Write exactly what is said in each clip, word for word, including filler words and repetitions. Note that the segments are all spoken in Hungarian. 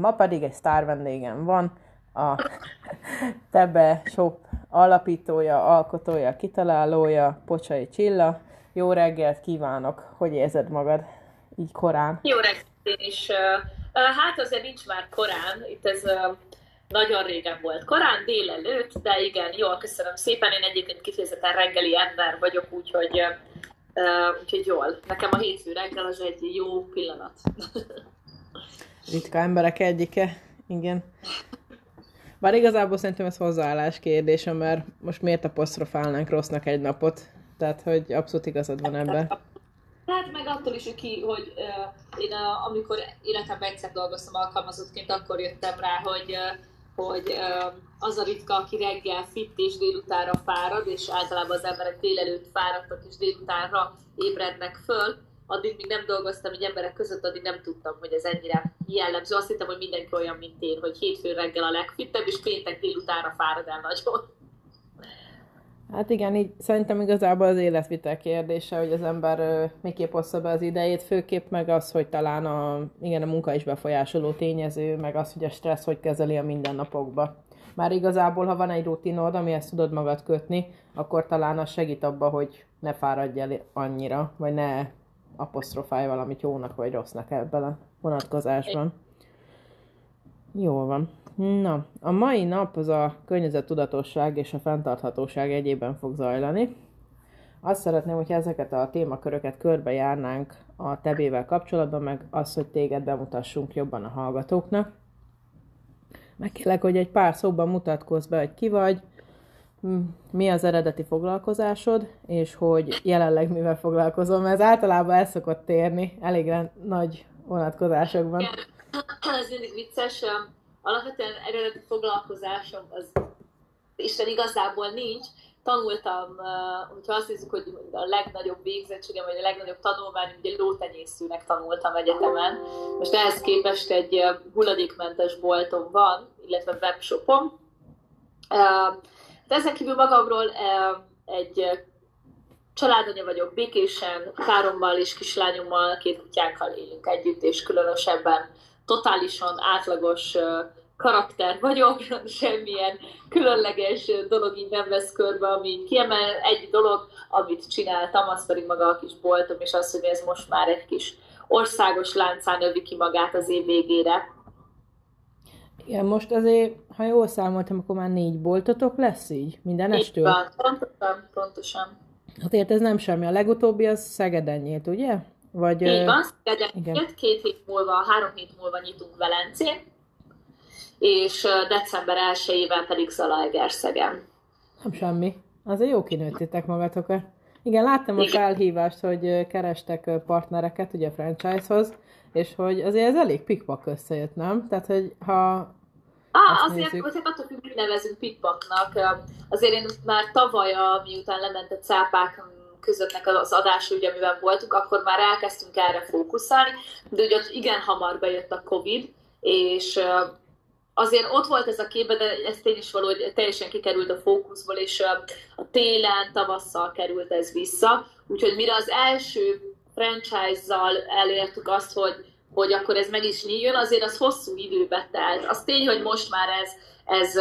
Ma pedig egy sztár vendégem van, a Tebe Shop alapítója, alkotója, kitalálója, Pocsai Csilla. Jó reggelt kívánok! Hogy érzed magad így korán? Jó reggelt én is. Hát azért nincs már korán, itt ez nagyon régen volt. Korán délelőtt, de igen, jól köszönöm szépen. Én egyébként kifejezetten reggeli ember vagyok, úgyhogy, úgyhogy jól. Nekem a hétfő reggel az egy jó pillanat. Ritka emberek egyike, igen. Bár igazából szerintem ez hozzáállás kérdése, mert most miért apostrofálnánk rossznak egy napot? Tehát, hogy abszolút igazad van ebben. Tehát meg attól is, hogy, ki, hogy uh, én uh, amikor életemben egyszer dolgoztam alkalmazottként, akkor jöttem rá, hogy, uh, hogy uh, az a ritka, aki reggel fit és délutánra fárad, és általában az emberek délelőtt fáradtak és délutánra ébrednek föl, addig még nem dolgoztam így emberek között, addig nem tudtam, hogy ez ennyire jellemző. Azt hittem, hogy mindenki olyan, mint én, hogy hétfő reggel a legfittebb, és péntek délutánra fárad el nagyon. Hát igen, így szerintem igazából az életvitel kérdése, hogy az ember ö, miképp ossza be az idejét, főképp meg az, hogy talán a, igen, a munka is befolyásoló tényező, meg az, hogy a stressz hogy kezeli a mindennapokba. Már igazából, ha van egy rutinod, amihez tudod magad kötni, akkor talán az segít abba, hogy ne fáradj el annyira, vagy ne apostrofálj valamit jónak vagy rossznak ebben a vonatkozásban. Jó van. Na, a mai nap az a környezettudatosság és a fenntarthatóság egyében fog zajlani. Azt szeretném, hogy ezeket a témaköröket körbejárnánk a Tebével kapcsolatban, meg az, hogy téged bemutassunk jobban a hallgatóknak. Megkérlek, hogy egy pár szóban mutatkozz be, hogy ki vagy, mi az eredeti foglalkozásod, és hogy jelenleg mivel foglalkozol, mert ez általában el szokott térni elég nagy vonatkozásokban. Igen, ez mindig vicces. Alapvetően eredeti foglalkozásom az Isten igazából nincs. Tanultam, hogyha azt hiszük, hogy a legnagyobb végzettségem, vagy a legnagyobb tanulmányom, ugye lótenyésztőnek tanultam egyetemen. Most ehhez képest egy hulladékmentes boltom van, illetve webshopom. De ezen kívül magamról egy családanya vagyok, békésen, párommal és kislányommal, két kutyánkkal élünk együtt, és különösebben totálisan átlagos karakter vagyok, semmilyen különleges dolog így nem vesz körbe, ami kiemel. Egy dolog, amit csináltam, az pedig maga a kis boltom, és az, hogy ez most már egy kis országos láncán övi ki magát az év végére. Igen, most azért, ha jól számoltam, akkor már négy boltotok lesz így, minden estől? Van, pontosan, pontosan. Azért ez nem semmi. A legutóbbi az Szegeden nyílt, ugye? Vagy, így van, Szegeden nyílt, két hét múlva, három hét múlva nyitunk Velencén, és december elsejével pedig Zalaegerszegen. Nem semmi. Azért jó kinőttétek magatokat. Igen, láttam a felhívást, hogy kerestek partnereket, ugye franchise-hoz, és hogy azért ez elég pikpak összejött, nem? Tehát, hogy ha Ah, azért, azért attól függ, hogy nevezünk pikpaknak. Azért én már tavaly, miután lement a cápák közöttnek az adás, ugye, amiben voltunk, akkor már elkezdtünk erre fókuszálni, de ugye ott igen hamar bejött a Covid, és azért ott volt ez a képbe, de ez tény is való, hogy teljesen kikerült a fókuszból, és a télen, tavasszal került ez vissza. Úgyhogy mire az első franchise-zal elértük azt, hogy, hogy akkor ez meg is nyíljon, azért az hosszú időbe telt. Az tény, hogy most már ez, ez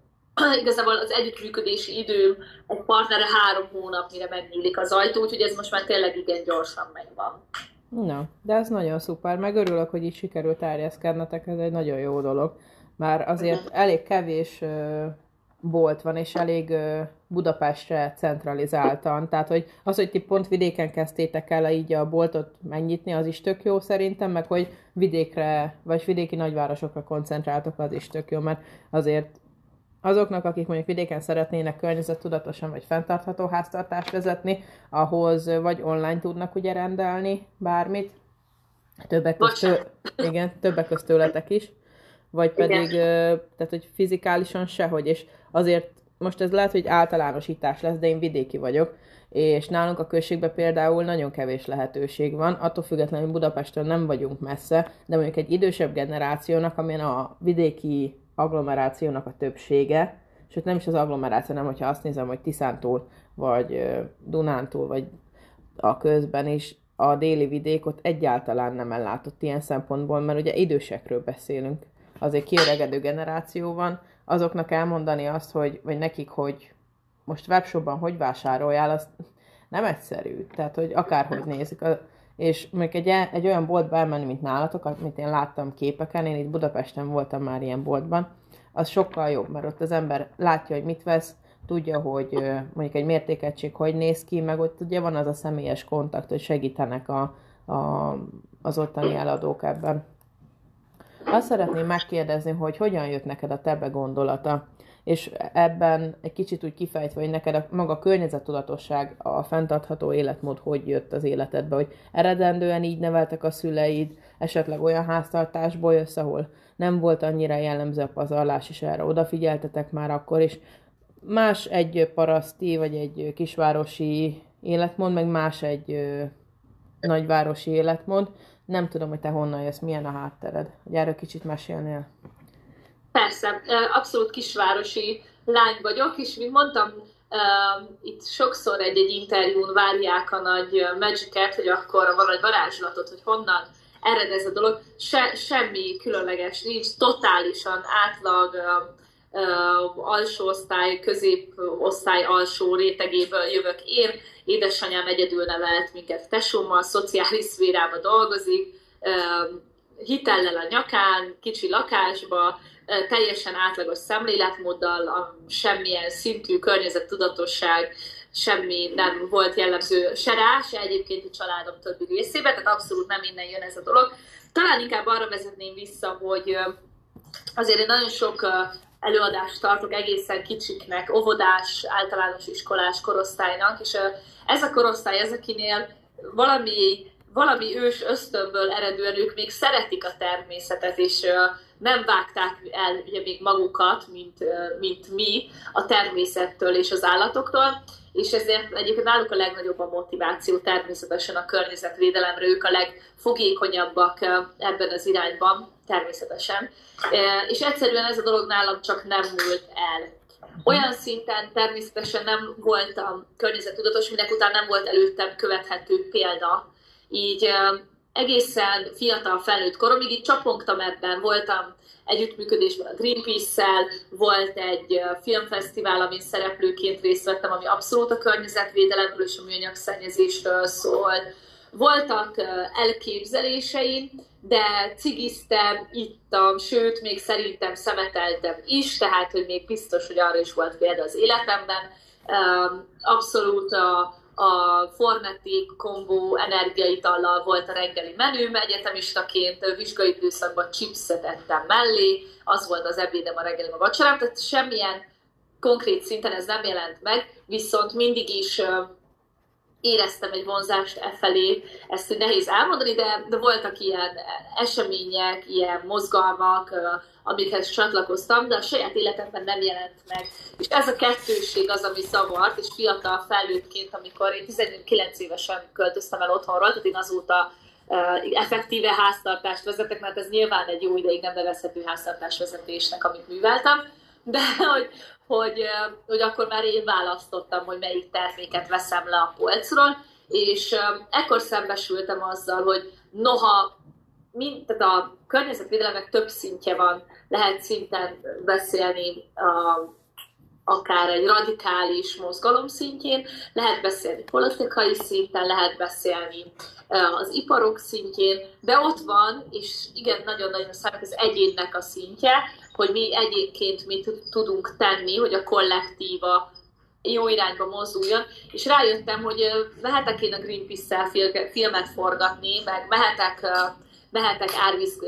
igazából az együttműködési idő egy partnerre három hónap, mire megnyílik az ajtó, úgyhogy ez most már tényleg igen gyorsan megvan. Na, de ez nagyon szuper. Meg örülök, hogy így sikerült terjeszkednetek, ez egy nagyon jó dolog. Már azért elég kevés uh, bolt van, és elég uh, Budapestre centralizáltan. Tehát, hogy az, hogy ti pont vidéken kezdtétek el így a boltot megnyitni, az is tök jó szerintem, meg hogy vidékre, vagy vidéki nagyvárosokra koncentráltok, az is tök jó, mert azért azoknak, akik mondjuk vidéken szeretnének környezettudatosan vagy fenntartható háztartást vezetni, ahhoz vagy online tudnak ugye rendelni bármit, többek közt, igen, többek közt tőletek is, vagy pedig, igen. Tehát, hogy fizikálisan sehogy, és azért most ez lehet, hogy általánosítás lesz, de én vidéki vagyok, és nálunk a községben például nagyon kevés lehetőség van, attól függetlenül Budapesten nem vagyunk messze, de mondjuk egy idősebb generációnak, amilyen a vidéki agglomerációnak a többsége, sőt nem is az agglomeráció, nem, hogyha azt nézem, hogy Tiszántúl, vagy Dunántúl, vagy a közben is, a déli vidék ott egyáltalán nem ellátott ilyen szempontból, mert ugye idősekről beszélünk. azért kiöregedő generáció van, azoknak elmondani azt, hogy, vagy nekik, hogy most webshopban hogy vásároljál, azt nem egyszerű. Tehát, hogy akárhogy nézik. És mondjuk egy, egy olyan boltba elmenni, mint nálatok, amit én láttam képeken, én itt Budapesten voltam már ilyen boltban, az sokkal jobb, mert ott az ember látja, hogy mit vesz, tudja, hogy mondjuk egy mértékegység hogy néz ki, meg ott ugye van az a személyes kontakt, hogy segítenek a, a, az ottani eladók ebben. Azt szeretném megkérdezni, hogy hogyan jött neked a Tebe gondolata, és ebben egy kicsit úgy kifejtve, hogy neked a maga a környezettudatosság, a fenntartható életmód hogy jött az életedbe, hogy eredendően így neveltek a szüleid, esetleg olyan háztartásból jössz, ahol nem volt annyira jellemző a pazarlás, és erre odafigyeltetek már akkor is. Más egy paraszti, vagy egy kisvárosi életmód, meg más egy ö, nagyvárosi életmód. Nem tudom, hogy te honnan jössz, milyen a háttered. Hogy erről kicsit mesélnél? Persze, abszolút kisvárosi lány vagyok, és mint mondtam, itt sokszor egy-egy interjún várják a nagy magic-et, hogy akkor van egy varázslatot, hogy honnan ered ez a dolog. Se, semmi különleges nincs, totálisan átlag uh, alsó osztály, középosztály alsó rétegéből jövök én. Édesanyám egyedül nevelt minket tesómmal, szociális szférában dolgozik, uh, hitellel a nyakán, kicsi lakásba, teljesen átlagos szemléletmóddal, semmilyen szintű környezettudatosság, semmi nem volt jellemző se rá, se egyébként a családom többi részében, tehát abszolút nem innen jön ez a dolog. Talán inkább arra vezetném vissza, hogy azért én nagyon sok előadást tartok egészen kicsiknek, óvodás, általános iskolás korosztálynak, és ez a korosztály ez, akinél valami, valami ős ösztönből eredően ők még szeretik a természetet, és nem vágták el ugye még magukat, mint, mint mi a természettől és az állatoktól, és ezért egyébként náluk a legnagyobb a motiváció természetesen a környezetvédelemre, ők a legfogékonyabbak ebben az irányban, természetesen. És egyszerűen ez a dolog nálam csak nem múlt el. Olyan szinten természetesen nem voltam környezettudatos, minek után nem volt előttem követhető példa. Így egészen fiatal felnőtt koromig így csapongtam ebben, voltam együttműködésben a Greenpeace-szel, volt egy filmfesztivál, amin szereplőként részt vettem, ami abszolút a környezetvédelemről és a műanyagszennyezésről szólt. Voltak elképzeléseim, de cigiztem, ittam, sőt, még szerintem szemeteltem is, tehát, hogy még biztos, hogy arra is volt példa az életemben. Abszolút a a Fornetti kombó energiaitallal volt a reggeli menüm, egyetemistaként vizsgai időszakban chipset ettem mellé, az volt az ebédem, a reggelim, a vacsorám, tehát semmilyen konkrét szinten ez nem jelent meg, viszont mindig is éreztem egy vonzást e felé, ezt hogy nehéz elmondani, de, de voltak ilyen események, ilyen mozgalmak, amikhez csatlakoztam, de a saját életemben nem jelent meg. És ez a kettősség az, ami zavart, és fiatal felnőttként, amikor én tizenkilenc évesen költöztem el otthonról, tehát én azóta uh, effektíve háztartást vezetek, mert ez nyilván egy jó ideig nem nevezhető háztartásvezetésnek, amit műveltem, de hogy, hogy, uh, hogy akkor már én választottam, hogy melyik terméket veszem le a polcról, és uh, ekkor szembesültem azzal, hogy noha mind, tehát a környezetvédelemnek több szintje van, lehet szinten beszélni a, akár egy radikális mozgalom szintjén, lehet beszélni politikai szinten, lehet beszélni az iparok szintjén, de ott van, és igen, nagyon-nagyon számít az egyénnek a szintje, hogy mi egyébként mit tudunk tenni, hogy a kollektíva jó irányba mozduljon, és rájöttem, hogy mehetek én a Greenpeace-szel filmet forgatni, meg mehetek mehetek árvíz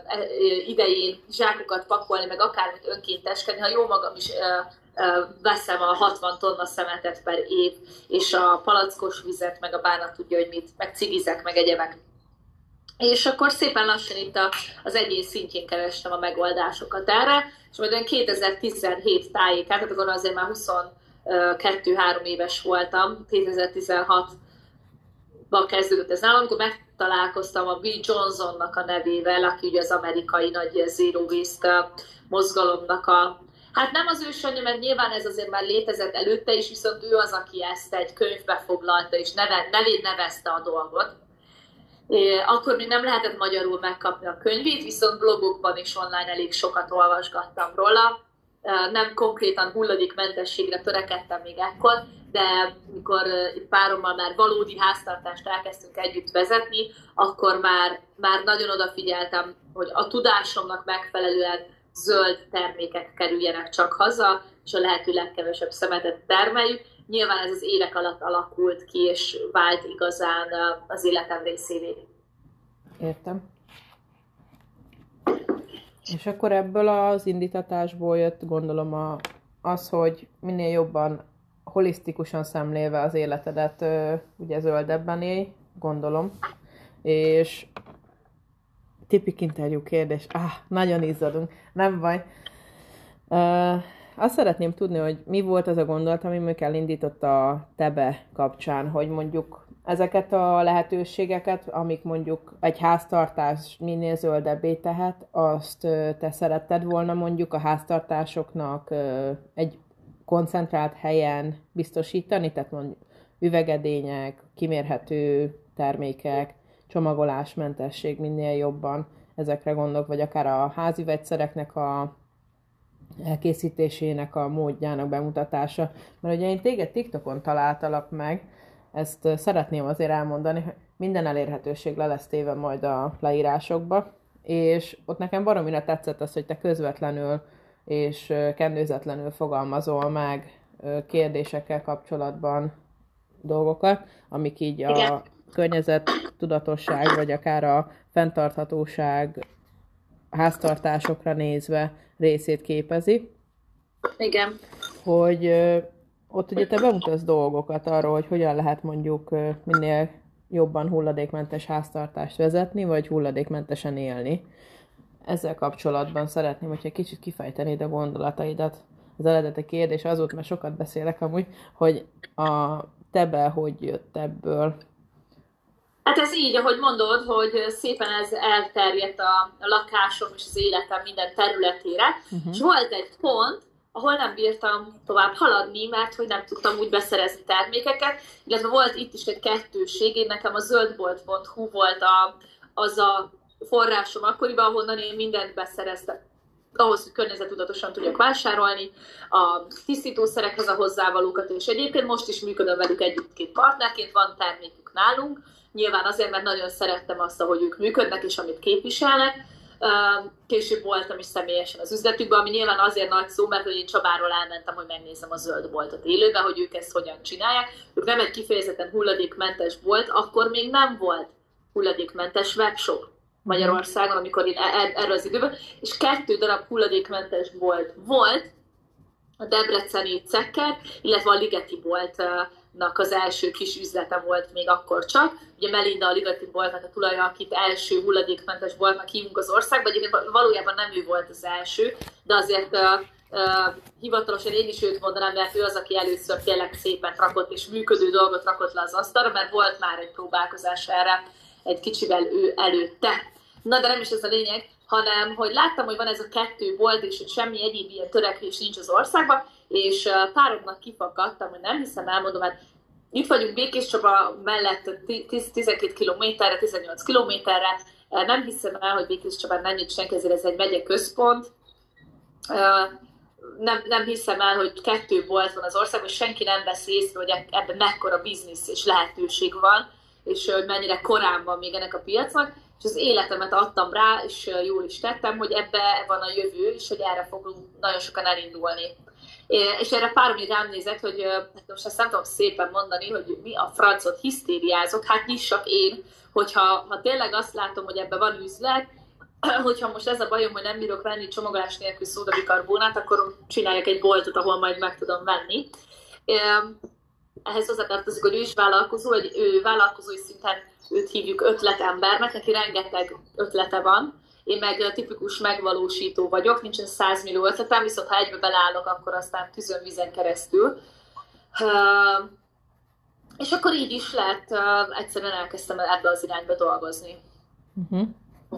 idején zsákokat pakolni, meg akármit önkénteskedni, ha jó magam is veszem a hatvan tonna szemetet per év, és a palackos vizet, meg a bánat tudja, hogy mit, meg cigizek, meg egyebek. És akkor szépen lassan itt az egyén szintjén kerestem a megoldásokat erre, és majd kétezer-tizenhét tájékán, tehát akkor azért már huszonkettő-három éves voltam, kétezer-tizenhatban kezdődött ez nálam, amikor megtalálkoztam a Bill Johnsonnak a nevével, aki ugye az amerikai nagy Zero Waste mozgalomnak a, hát nem az ősanyja, mert nyilván ez azért már létezett előtte is, viszont ő az, aki ezt egy könyvbe foglalta, és neve, nevét nevezte a dolgot. Akkor még nem lehetett magyarul megkapni a könyvét, viszont blogokban és online elég sokat olvasgattam róla. Nem konkrétan hulladékmentességre törekedtem még ekkor, de mikor itt párommal már valódi háztartást elkezdtünk együtt vezetni, akkor már, már nagyon odafigyeltem, hogy a tudásomnak megfelelően zöld termékek kerüljenek csak haza, és a lehető legkevesebb szemetet termeljük. Nyilván ez az évek alatt alakult ki, és vált igazán az életem részévé. Értem. És akkor ebből az indítatásból jött, gondolom, a, az, hogy minél jobban holisztikusan szemlélve az életedet, ugye zöldebben élj, gondolom. És tipik interjú kérdés. Ah, nagyon izzadunk. Nem baj. Uh, azt szeretném tudni, hogy mi volt az a gondolat, ami mondjuk elindított a Tebe kapcsán, hogy mondjuk ezeket a lehetőségeket, amik mondjuk egy háztartás minél zöldebbé tehet, azt te szeretted volna mondjuk a háztartásoknak egy koncentrált helyen biztosítani, tehát mondjuk üvegedények, kimérhető termékek, csomagolásmentesség minél jobban, ezekre gondolok, vagy akár a házi vegyszereknek a elkészítésének a módjának bemutatása. Mert ugye én téged TikTokon találtalak meg, ezt szeretném azért elmondani, hogy minden elérhetőség le lesz téve majd a leírásokba, és ott nekem baromira tetszett az, hogy te közvetlenül és kendőzetlenül fogalmazol meg kérdésekkel kapcsolatban dolgokat, amik így a Igen. környezettudatosság, vagy akár a fenntarthatóság háztartásokra nézve részét képezi. Igen. Hogy ott ugye te bemutatsz dolgokat arról, hogy hogyan lehet mondjuk minél jobban hulladékmentes háztartást vezetni, vagy hulladékmentesen élni. Ezzel kapcsolatban szeretném, hogyha kicsit kifejtenéd a gondolataidat. Az eredeti kérdés az volt, mert sokat beszélek amúgy, hogy a Tebe hogy jött ebből. Hát ez így, ahogy mondod, hogy szépen ez elterjedt a lakásom és az életem minden területére, uh-huh. és volt egy pont, ahol nem bírtam tovább haladni, mert hogy nem tudtam úgy beszerezni termékeket, illetve volt itt is egy kettőség, én nekem a zöldbolt pont hu volt a, az a forrásom akkoriban, ahonnan én mindent beszereztem ahhoz, hogy környezettudatosan tudjak vásárolni, a tisztítószerekhez a hozzávalókat, és egyébként most is működöm velük együtt két partnerként, van termékük nálunk, nyilván azért, mert nagyon szerettem azt, ahogy ők működnek, és amit képviselnek. Később voltam is személyesen az üzletükben, ami nyilván azért nagy szó, mert hogy én Csabáról elmentem, hogy megnézem a zöld boltot élőben, hogy ők ezt hogyan csinálják. Ők nem egy kifejezetten hulladékmentes bolt, akkor még nem volt hulladékmentes webshop Magyarországon, amikor én erről az időben, és kettő darab hulladékmentes bolt volt, a debreceni Cekker, illetve a Ligeti boltnak az első kis üzlete volt még akkor csak. Ugye Melinda a Ligeti boltnak a tulaja, akit első hulladékmentes boltnak hívunk az országban, egyébként valójában nem ő volt az első, de azért uh, uh, hivatalosan én is őt mondanám, mert ő az, aki először tényleg szépen rakott és működő dolgot rakott le az asztalra, mert volt már egy próbálkozás erre egy kicsivel ő előtte. Na, de nem is ez a lényeg, hanem hogy láttam, hogy van ez a kettő bolt, és hogy semmi egyéb ilyen törekvés nincs az országban, és páromnak kifakadtam, hogy nem hiszem, elmondom, hát itt vagyunk Békés Csaba mellett tizenkét kilométerre, tizennyolc kilométerre, nem hiszem el, hogy Békés Csabán nem nyit senki, ezért ez egy megye központ. Nem, nem hiszem el, hogy kettő bolt van az országban, és senki nem vesz észre, hogy ebben mekkora biznisz és lehetőség van, és hogy mennyire korán van még ennek a piacnak, és az életemet adtam rá, és jól is tettem, hogy ebbe van a jövő, és hogy erre fogunk nagyon sokan elindulni. És erre pár még rám nézett, hogy hát most ezt nem tudom szépen mondani, hogy mi a francot hisztériázok, hát nyissak én, hogyha ha tényleg azt látom, hogy ebben van üzlet, hogyha most ez a bajom, hogy nem bírok venni csomagolás nélkül szódabikarbónát, akkor csináljak egy boltot, ahol majd meg tudom venni. Ehhez hozzátartozik, hogy ő is vállalkozó, hogy ő vállalkozói szinten őt hívjuk ötletembernek, neki rengeteg ötlete van. Én meg tipikus megvalósító vagyok, nincsen száz millió ötletem, viszont ha egybe beleállok, akkor aztán tűzön vízen keresztül. Uh, és akkor így is lett, uh, egyszerűen elkezdtem ebbe az irányba dolgozni. Uh-huh.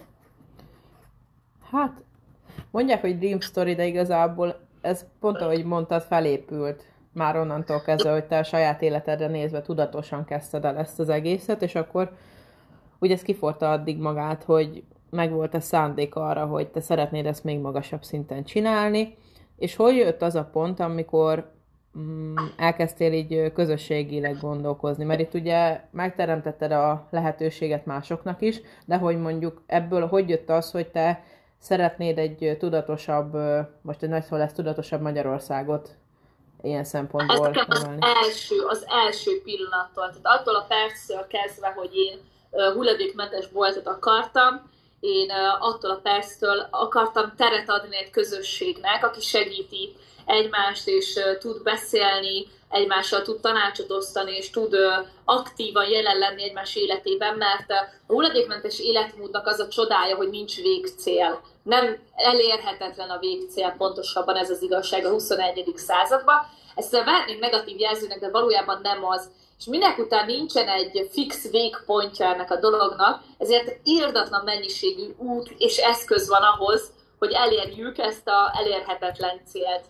Hát, mondják, hogy Dream Story, de igazából ez pont ahogy mondtad, felépült. Már onnantól kezdve, hogy te a saját életedre nézve tudatosan kezdted el ezt az egészet, és akkor ugye ez kiforta addig magát, hogy megvolt a szándék arra, hogy te szeretnéd ezt még magasabb szinten csinálni, és hol jött az a pont, amikor mm, elkezdtél így közösségileg gondolkozni, mert itt ugye megteremtetted a lehetőséget másoknak is, de hogy mondjuk ebből hogy jött az, hogy te szeretnéd egy tudatosabb, most egy nagy szó lesz, tudatosabb Magyarországot ilyen szempontból Ez az nevelni? első, az első pillanattól, tehát attól a perctől kezdve, hogy én hulladékmentes boltot akartam, én attól a perctől akartam teret adni egy közösségnek, aki segíti egymást, és tud beszélni, egymással tud tanácsot osztani, és tud aktívan jelen lenni egymás életében, mert a hulladékmentes életmódnak az a csodája, hogy nincs végcél. Nem elérhetetlen a végcél, pontosabban ez az igazság a huszonegyedik században. Ezt várnénk negatív jelzőnek, de valójában nem az. És minek után nincsen egy fix végpontja ennek a dolognak, ezért irdatlan mennyiségű út és eszköz van ahhoz, hogy elérjük ezt az elérhetetlen célt.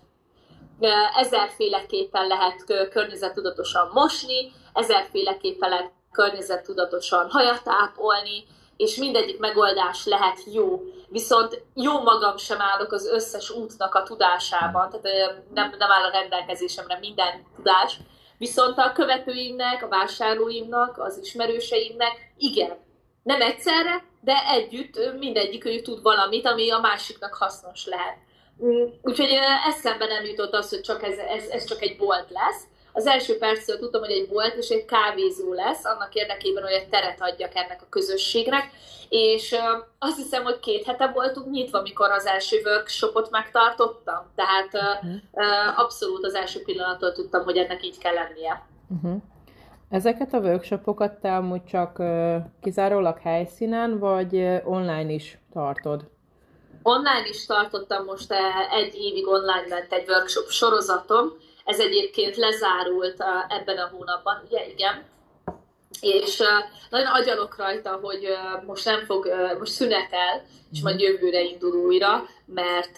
Ezerféleképpen lehet környezettudatosan mosni, ezerféleképpen lehet környezettudatosan hajat ápolni, és mindegyik megoldás lehet jó. Viszont jó magam sem állok az összes útnak a tudásában, tehát nem, nem áll a rendelkezésemre minden tudás, viszont a követőimnek, a vásárlóimnak, az ismerőseimnek igen. Nem egyszerre, de együtt mindegyikük tud valamit, ami a másiknak hasznos lehet. Úgyhogy eszembe nem jutott az, hogy csak ez, ez, ez csak egy bolt lesz. Az első perctől tudtam, hogy egy bolt és egy kávézó lesz, annak érdekében, hogy egy teret adjak ennek a közösségnek. És azt hiszem, hogy két hete voltunk nyitva, amikor az első workshopot megtartottam. Tehát uh-huh. abszolút az első pillanattól tudtam, hogy ennek így kell lennie. Uh-huh. Ezeket a workshopokat te amúgy csak uh, kizárólag helyszínen, vagy uh, online is tartod? Online is tartottam most egy évig online ment egy workshop sorozatom. Ez egyébként lezárult ebben a hónapban, ugye igen. És nagyon agyalok rajta, hogy most nem fog, most szünetel, és majd jövőre indul újra, mert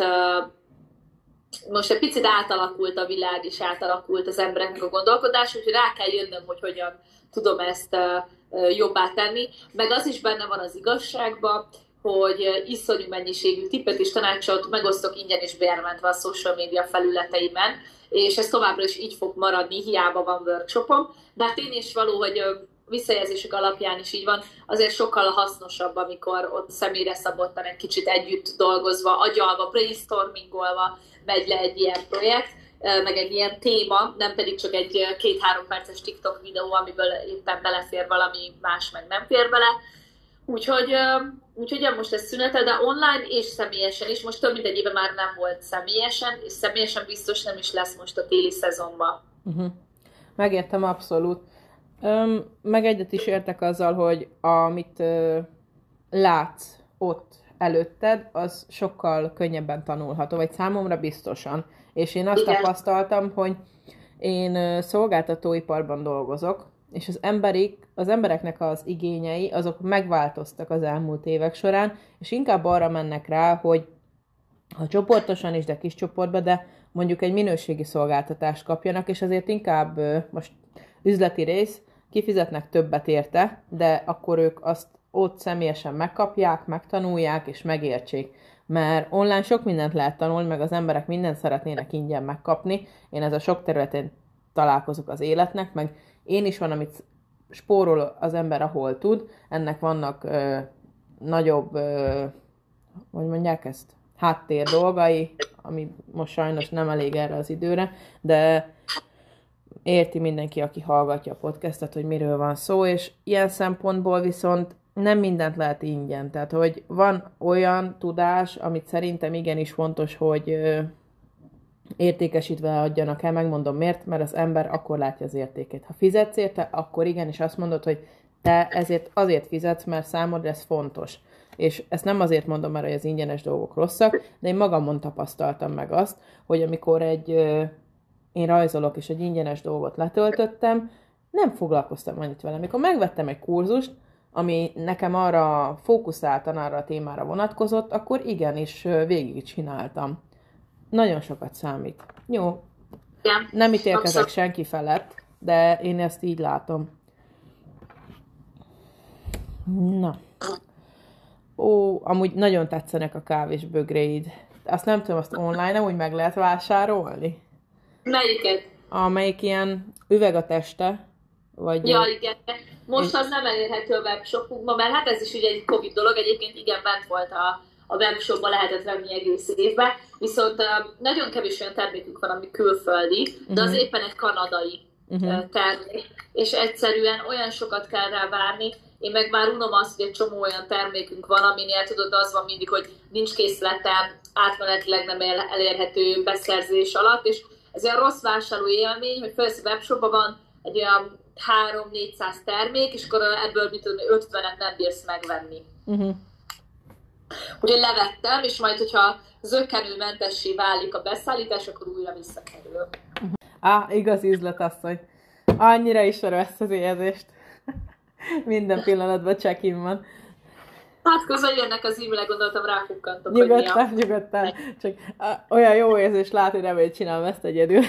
most egy picit átalakult a világ, és átalakult az embereknek a gondolkodás, úgyhogy rá kell jönnöm, hogy hogyan tudom ezt jobbá tenni. Meg az is benne van az igazságban, hogy iszonyú mennyiségű tippet és tanácsot megosztok ingyen és bérmentve a social media felületeimen, és ez továbbra is így fog maradni, hiába van workshopom, de hát én is való, hogy visszajelzések alapján is így van, azért sokkal hasznosabb, amikor ott személyre szabottan egy kicsit együtt dolgozva, agyalva, brainstormingolva megy le egy ilyen projekt, meg egy ilyen téma, nem pedig csak egy két-három perces TikTok videó, amiből éppen belefér valami más, meg nem fér bele. Úgyhogy, úgyhogy most ez szünetel, de online és személyesen is. Most több mint egy éve már nem volt személyesen, és személyesen biztos nem is lesz most a téli szezonban. Uh-huh. Megértem abszolút. Öm, meg egyet is értek azzal, hogy amit ö, látsz ott előtted, az sokkal könnyebben tanulható, vagy számomra biztosan. És én azt Igen. tapasztaltam, hogy én ö, szolgáltatóiparban dolgozok, és az, emberik, az embereknek az igényei, azok megváltoztak az elmúlt évek során, és inkább arra mennek rá, hogy ha csoportosan is, de kis csoportban, de mondjuk egy minőségi szolgáltatást kapjanak, és azért inkább most üzleti rész, kifizetnek többet érte, de akkor ők azt ott személyesen megkapják, megtanulják és megértsék. Mert online sok mindent lehet tanulni, meg az emberek mindent szeretnének ingyen megkapni. Én ez a sok területén találkozok az életnek, meg én is van, amit spórol az ember, ahol tud. Ennek vannak ö, nagyobb, ö, hogy mondják ezt, háttér dolgai, ami most sajnos nem elég erre az időre, de érti mindenki, aki hallgatja a podcastet, hogy miről van szó, és ilyen szempontból viszont nem mindent lehet ingyen. Tehát, hogy van olyan tudás, amit szerintem igenis fontos, hogy ö, értékesítve adjanak el, megmondom miért, mert az ember akkor látja az értékét. Ha fizetsz érte, akkor igenis azt mondod, hogy te ezért azért fizetsz, mert számodra ez fontos. És ezt nem azért mondom, mert az ingyenes dolgok rosszak, de én magamon tapasztaltam meg azt, hogy amikor egy, én rajzolok, és egy ingyenes dolgot letöltöttem, nem foglalkoztam annyit vele. Amikor megvettem egy kurzust, ami nekem arra fókuszáltan, arra a témára vonatkozott, akkor igenis végig csináltam. Nagyon sokat számít. Jó, Igen. nem ítélkezek senki felett, de én ezt így látom. Na. Ó, amúgy nagyon tetszenek a kávés bögréid. Azt nem tudom, azt online úgy meg lehet vásárolni? Melyiket? Amelyik ilyen üveg a teste, vagy... Ja, igen. Most és... az nem elérhető a webshopunkban, mert hát ez is ugye egy Covid dolog, egyébként igen, bent volt a, a webshopban, lehetett venni egész évben, viszont uh, nagyon kevés olyan termékünk van, ami külföldi, de az uh-huh. éppen egy kanadai uh-huh. termék, és egyszerűen olyan sokat kell rá várni. Én meg már unom azt, hogy egy csomó olyan termékünk van, aminél tudod, az van mindig, hogy nincs készletem, átmenetileg nem elérhető beszerzés alatt, és ez olyan rossz vásárló élmény, hogy felsz a webshopban van egy olyan három-négyszáz termék, és akkor ebből mit tudom, ötvenet nem bírsz megvenni. Uh-huh. Úgyhogy levettem, és majd, hogyha zökkenőmentessé válik a beszállítás, akkor újra visszakerül. Uh-huh. Á, igaz üzletasszony. Annyira ismerem ezt az érzést. Minden pillanatban check-in van. Hát közben jönnek az e-mailek, gondoltam, ráfukkantok. Nyugodtan, nyugodtan. Csak olyan jó érzés látni, nem, hogy csinálom ezt egyedül.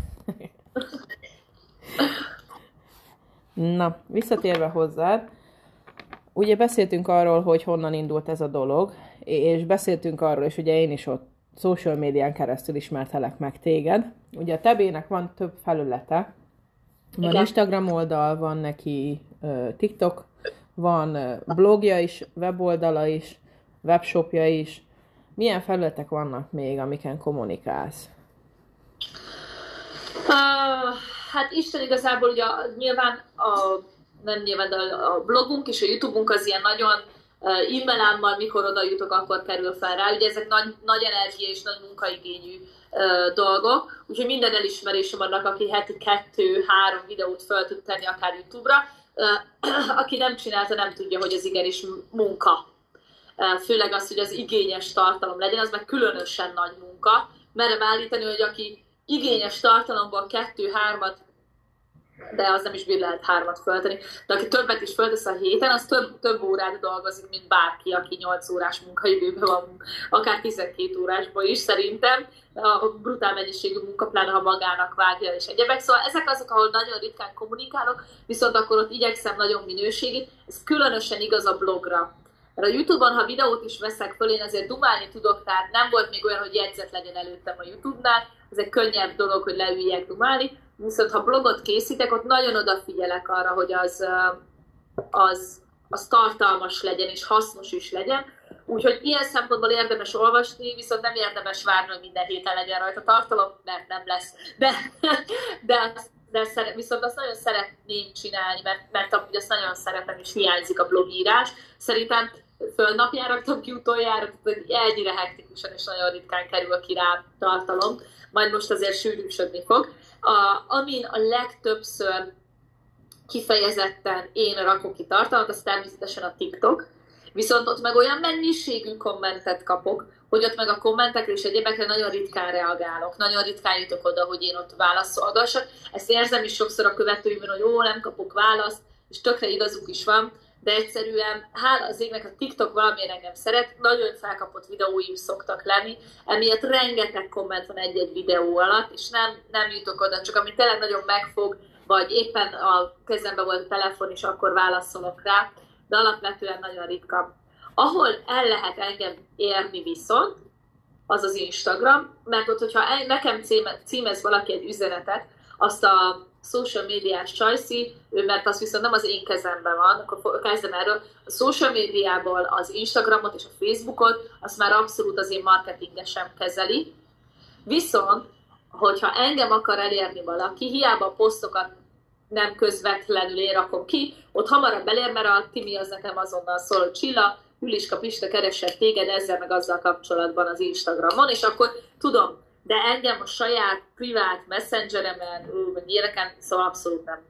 Na, visszatérve hozzád. Ugye beszéltünk arról, hogy honnan indult ez a dolog, és beszéltünk arról, és ugye én is ott social médián keresztül ismertelek meg téged. Ugye a Tebének van több felülete. Van igen. Instagram oldal, van neki uh, TikTok, van uh, blogja is, weboldala is, webshopja is. Milyen felületek vannak még, amiken kommunikálsz? Uh, hát Isten igazából ugye nyilván a, nem nyilván, de a blogunk és a YouTube-unk az ilyen nagyon uh, e-mailámmal, mikor oda jutok, akkor kerül fel rá. Ugye ezek nagy, nagy energia és nagy munkaigényű uh, dolgok, úgyhogy minden elismerésem annak, aki heti kettő-három videót fel tud tenni akár YouTube-ra. Uh, aki nem csinálta, nem tudja, hogy ez igenis munka. Uh, főleg az, hogy az igényes tartalom legyen, az meg különösen nagy munka. Merem állítani, hogy aki igényes tartalomból kettő-hármat, de az nem is bír lehet hármat föltenni, de aki többet is föltesz a héten, az több, több órát dolgozik, mint bárki, aki nyolc órás munkaidőben van, akár tizenkét órásból is szerintem. A brutál mennyiségű munka, pláne ha magának vágja és egyebek. Szóval ezek azok, ahol nagyon ritkán kommunikálok, viszont akkor ott igyekszem nagyon minőségét. Ez különösen igaz a blogra. Mert a YouTube-on, ha videót is veszek föl, én azért dumálni tudok, tehát nem volt még olyan, hogy jegyzet legyen előttem a YouTube-nál, ez egy könnyebb dolog, hogy leüljek dumálni, viszont ha blogot készítek, ott nagyon odafigyelek arra, hogy az, az, az tartalmas legyen és hasznos is legyen. Úgyhogy ilyen szempontból érdemes olvasni, viszont nem érdemes várni, hogy minden héten legyen rajta tartalom, mert nem lesz. De, de, de szere, viszont azt nagyon szeretném csinálni, mert, mert amúgy azt nagyon szeretem, és hiányzik a blogírás. Szerintem fölnapján raktam ki utoljára, hogy ennyire hektikusan és nagyon ritkán kerül ki rá tartalom. Majd most azért sűrűsödni fog. A, amin a legtöbbször kifejezetten én rakok ki tartalmat, az természetesen a TikTok. Viszont ott meg olyan mennyiségű kommentet kapok, hogy ott meg a kommentekre és egyébekre nagyon ritkán reagálok. Nagyon ritkán jutok oda, hogy én ott válaszolgassak. Ezt érzem is sokszor a követőimben, hogy ó, nem kapok választ, és tökre igazuk is van, de egyszerűen hála az égnek a TikTok valamiért engem szeret, nagyon felkapott videóim szoktak lenni, emiatt rengeteg komment van egy-egy videó alatt, és nem, nem jutok oda, csak ami tényleg nagyon megfog, vagy éppen a kezemben volt a telefon, és akkor válaszolok rá, de alapvetően nagyon ritka. Ahol el lehet engem érni viszont, az az Instagram, mert ott, hogyha nekem címez valaki egy üzenetet, azt a social médiás csajszi, mert az viszont nem az én kezemben van, akkor kezdem erről. A social médiából az Instagramot és a Facebookot, azt már abszolút az én marketingesem kezeli. Viszont, hogyha engem akar elérni valaki, hiába a posztokat nem közvetlenül én rakom ki, ott hamarabb elér, mert a Timi az nekem azonnal szól, hogy Csilla, Juliska Pista keresett téged ezzel meg azzal kapcsolatban az Instagramon, és akkor tudom, de engem a saját privát messengeremen, meg ilyeneken, szóval abszolút nem.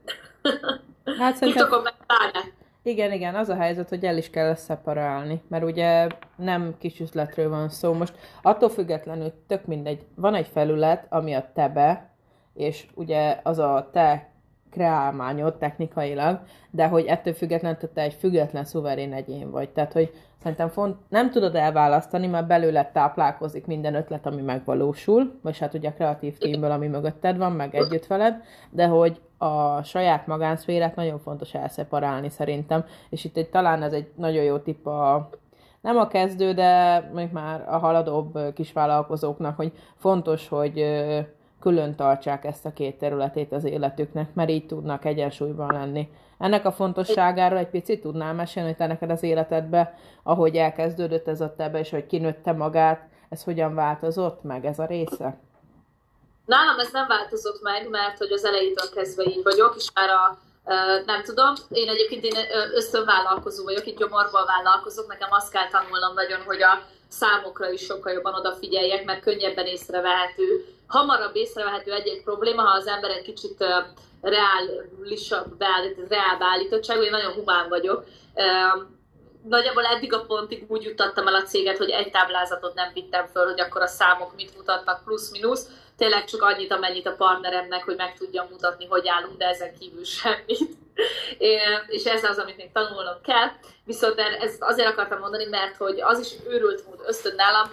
Hát szerintem... Igen, igen, az a helyzet, hogy el is kell ezt szeparálni, mert ugye nem kis üzletről van szó. Most attól függetlenül tök mindegy, van egy felület, ami a tebe, és ugye az a te kreálmányod technikailag, de hogy ettől függetlenül te egy független, szuverén egyén vagy. Tehát, hogy szerintem font, nem tudod elválasztani, mert belőled táplálkozik minden ötlet, ami megvalósul, vagy hát ugye a kreatív teamből, ami mögötted van, meg együtt veled, de hogy a saját magánszférát nagyon fontos elszeparálni szerintem, és itt egy, talán ez egy nagyon jó tipp a nem a kezdő, de még már a haladóbb kisvállalkozóknak, hogy fontos, hogy külön tartsák ezt a két területét az életüknek, mert így tudnak egyensúlyban lenni. Ennek a fontosságáról egy picit tudnál mesélni, hogy te neked az életedbe, ahogy elkezdődött ez a tebe, és hogy kinőtte magát, ez hogyan változott meg ez a része? Nálam ez nem változott meg, mert hogy az elejétől kezdve így vagyok, és már a nem tudom, én egyébként én ösztönvállalkozó vagyok, itt gyomorból vállalkozok, nekem azt kell tanulnom nagyon, hogy a számokra is sokkal jobban odafigyeljek, mert könnyebben észrevehető. Hamarabb észrevehető egy-egy probléma, ha az ember egy kicsit reálisabb, reál beállítottságú, én nagyon humán vagyok. Nagyjából eddig a pontig úgy juttattam el a céget, hogy egy táblázatot nem vittem föl, hogy akkor a számok mit mutatnak, plusz-minusz. Tényleg csak annyit, amennyit a partneremnek, hogy meg tudjam mutatni, hogy állunk, de ezen kívül semmit. És ez az, amit még tanulnom kell. Viszont ezt azért akartam mondani, mert hogy az is őrült mód ösztön nálam.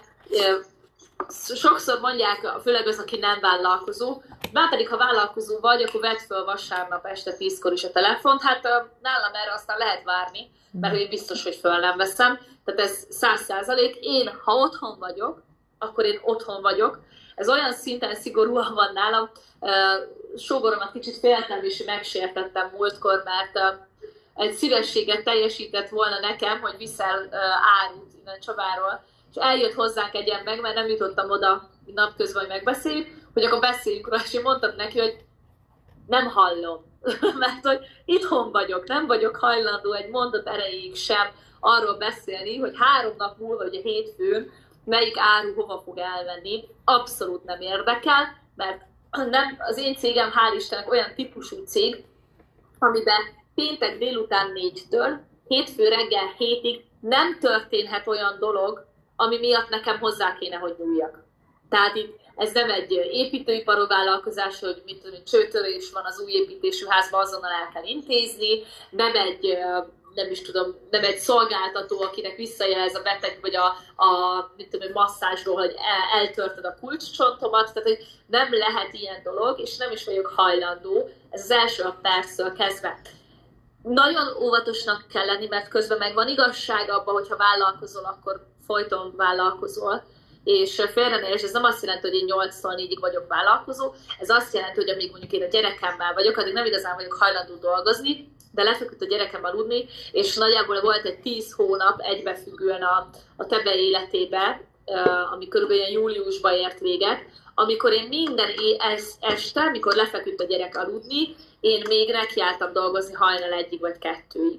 Sokszor mondják, főleg az, aki nem vállalkozó, már pedig ha vállalkozó vagy, akkor vedd föl vasárnap este tízkor is a telefont. Hát nálam erre aztán lehet várni, mert én biztos, hogy föl nem veszem. Tehát ez száz százalék. Én, ha otthon vagyok, akkor én otthon vagyok. Ez olyan szinten szigorúan van nálam. Sógoromat kicsit féltem és megsértettem múltkor, mert egy szívességet teljesített volna nekem, hogy viszel árut innen Csabáról, és eljött hozzánk egy ember, mert nem jutottam oda napközben, hogy megbeszéljük, hogy akkor beszéljünk rá, és én mondtam neki, hogy nem hallom, mert hogy itthon vagyok, nem vagyok hajlandó egy mondat erejéig sem arról beszélni, hogy három nap múlva, hogy a hétfőn, melyik áru hova fog elmenni, abszolút nem érdekel, mert nem, az én cégem, hál' Istennek, olyan típusú cég, amiben péntek délután négytől hétfő reggel hétig nem történhet olyan dolog, ami miatt nekem hozzá kéne, hogy nyúljak. Tehát itt ez nem egy építőipari vállalkozás, hogy mit tudom, csőtörés van az új építésű házban, azonnal el kell intézni, nem egy, nem is tudom, nem egy szolgáltató, akinek visszajelez a beteg, vagy a, a mit tudom, masszázsról, hogy el, eltörted a kulcscsontomat, tehát hogy nem lehet ilyen dolog, és nem is vagyok hajlandó, ez az első a perctől kezdve. Nagyon óvatosnak kell lenni, mert közben meg van igazság abban, hogyha vállalkozol, akkor folyton vállalkozol, és félre ne érts, ez nem azt jelenti, hogy én nyolctól négyig vagyok vállalkozó, ez azt jelenti, hogy amíg mondjuk én a gyerekemmel vagyok, addig nem igazán vagyok hajlandó dolgozni, de lefeküdt a gyerekem aludni, és nagyjából volt egy tíz hónap egybefüggően a, a Tebe életébe, ami körülbelül júliusban ért véget, amikor én minden este, amikor lefeküdt a gyerek aludni, én még nekiálltam dolgozni hajnal egyig vagy kettőig.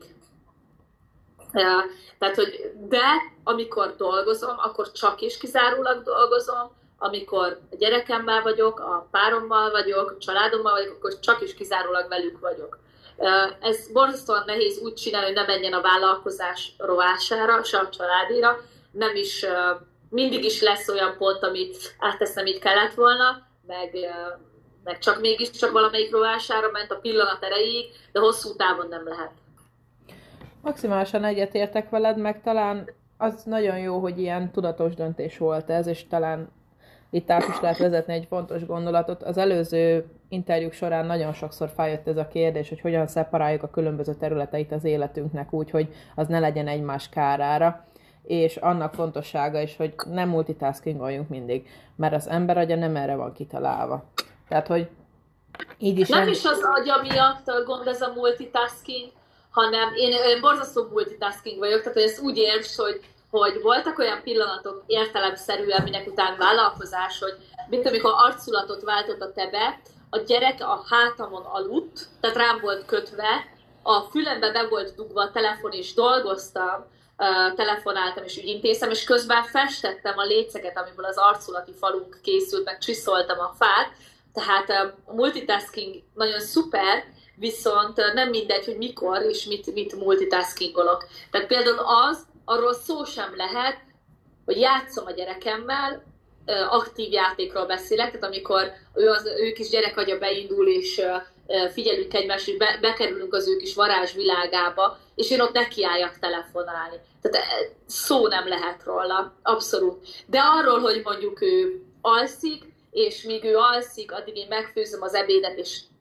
Tehát, hogy de amikor dolgozom, akkor csak és kizárólag dolgozom, amikor a gyerekemmel vagyok, a párommal vagyok, a családommal vagyok, akkor csak és kizárólag velük vagyok. Ez borzasztóan nehéz úgy csinálni, hogy ne menjen a vállalkozás rovására, se a családira, nem is, mindig is lesz olyan pont, amit átteszem, itt kellett volna, meg, meg csak mégiscsak valamelyik rovására ment a pillanat erejéig, de hosszú távon nem lehet. Maximálisan egyetértek veled, meg talán az nagyon jó, hogy ilyen tudatos döntés volt ez, és talán itt át is lehet vezetni egy fontos gondolatot. Az előző interjúk során nagyon sokszor feljött ez a kérdés, hogy hogyan szeparáljuk a különböző területeit az életünknek úgy, hogy az ne legyen egymás kárára, és annak fontossága is, hogy nem multitaskingoljunk mindig, mert az ember agya nem erre van kitalálva. Tehát, hogy így is... Nem nem is az agya miatt gond ez a multitasking, hanem én, én borzasztó multitasking vagyok, tehát hogy ezt úgy érts, hogy, hogy voltak olyan pillanatok értelemszerűen, minek után vállalkozás, hogy mint amikor arculatot váltott a Tebe, a gyerek a hátamon aludt, tehát rám volt kötve, a fülembe be volt dugva a telefon, és dolgoztam, telefonáltam és ügyintéztem, és közben festettem a léceket, amiből az arculati falunk készült, meg csiszoltam a fát, tehát a multitasking nagyon szuper, viszont nem mindegy, hogy mikor és mit, mit multitaskingolok. Tehát például az, arról szó sem lehet, hogy játszom a gyerekemmel, aktív játékról beszélek, tehát amikor ő, az, ő kis gyerekagya beindul, és figyelünk egymást, és be, bekerülünk az ő kis varázsvilágába, és én ott nekiálljak telefonálni. Tehát szó nem lehet róla, abszolút. De arról, hogy mondjuk ő alszik, és míg ő alszik, addig én megfőzöm az ebédet, és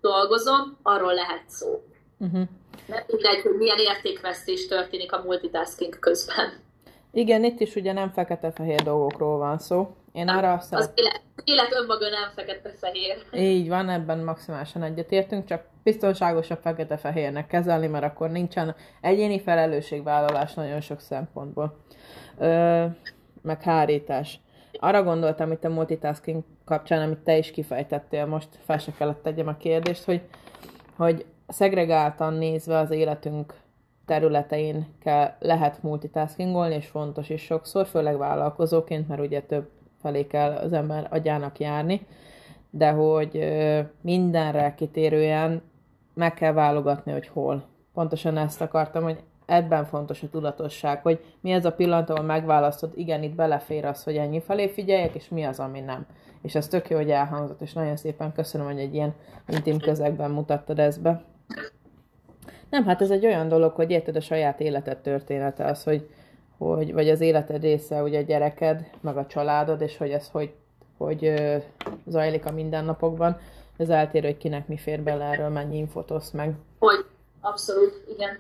dolgozom, arról lehet szó. Uh-huh. Nem mindegy, hogy milyen értékvesztés történik a multitasking közben. Igen, itt is ugye nem fekete-fehér dolgokról van szó. Én Nem, arra az szeret... élet, élet önmaga nem fekete-fehér. Így van, ebben maximálisan egyetértünk, csak biztonságosabb fekete-fehérnek kezelni, mert akkor nincsen egyéni felelősségvállalás nagyon sok szempontból. Ö, meg hárítás. Arra gondoltam itt a multitasking kapcsán, amit te is kifejtettél, most fel se kellett tegyem a kérdést, hogy, hogy szegregáltan nézve az életünk területein kell, lehet multitaskingolni, és fontos is sokszor, főleg vállalkozóként, mert ugye több felé kell az ember agyának járni, de hogy mindenre kitérően meg kell válogatni, hogy hol. Pontosan ezt akartam, hogy ebben fontos a tudatosság, hogy mi ez a pillanat, ahol megválasztod, igen, itt belefér az, hogy ennyi felé figyeljek, és mi az, ami nem. És ez tök jó, hogy elhangzott, és nagyon szépen köszönöm, hogy egy ilyen intim közegben mutattad ezt be. Nem, hát ez egy olyan dolog, hogy érted, a saját életed története az, hogy, hogy vagy az életed része, ugye a gyereked, meg a családod, és hogy ez hogy, hogy ö, zajlik a mindennapokban. Ez eltérő, hogy kinek mi fér bele, erről mennyi infót osz meg. Hogy, abszolút, igen.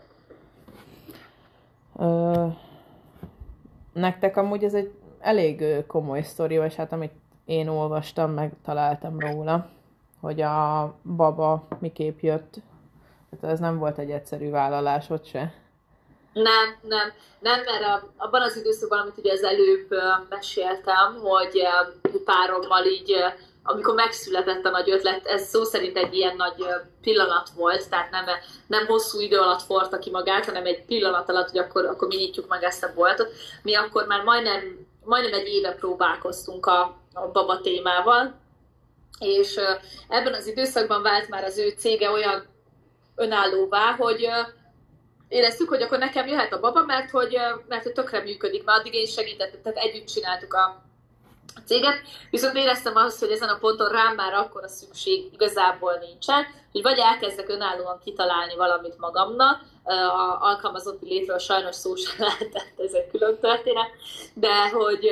Ö, nektek amúgy ez egy elég komoly sztori, vagy hát amit én olvastam, meg találtam róla, hogy a baba miképp jött. Hát ez nem volt egy egyszerű vállalás, ott se. Nem, nem, nem, mert abban az időszakban, amit ugye az előbb meséltem, hogy párommal így, amikor megszületett a nagy ötlet, ez szó szerint egy ilyen nagy pillanat volt, tehát nem, nem hosszú idő alatt forta ki magát, hanem egy pillanat alatt, hogy akkor, akkor mi nyitjuk meg ezt a boltot. Mi akkor már majdnem, majdnem egy éve próbálkoztunk a, a baba témával, és ebben az időszakban vált már az ő cége olyan önállóvá, hogy éreztük, hogy akkor nekem jöhet a baba, mert hogy, mert hogy tökre működik, mert addig én segítettem, tehát együtt csináltuk a céget, viszont éreztem azt, hogy ezen a ponton rám már akkora szükség igazából nincsen, hogy vagy elkezdek önállóan kitalálni valamit magamnak, a alkalmazotti létről sajnos szó sem lehetett, ez egy külön történet, de hogy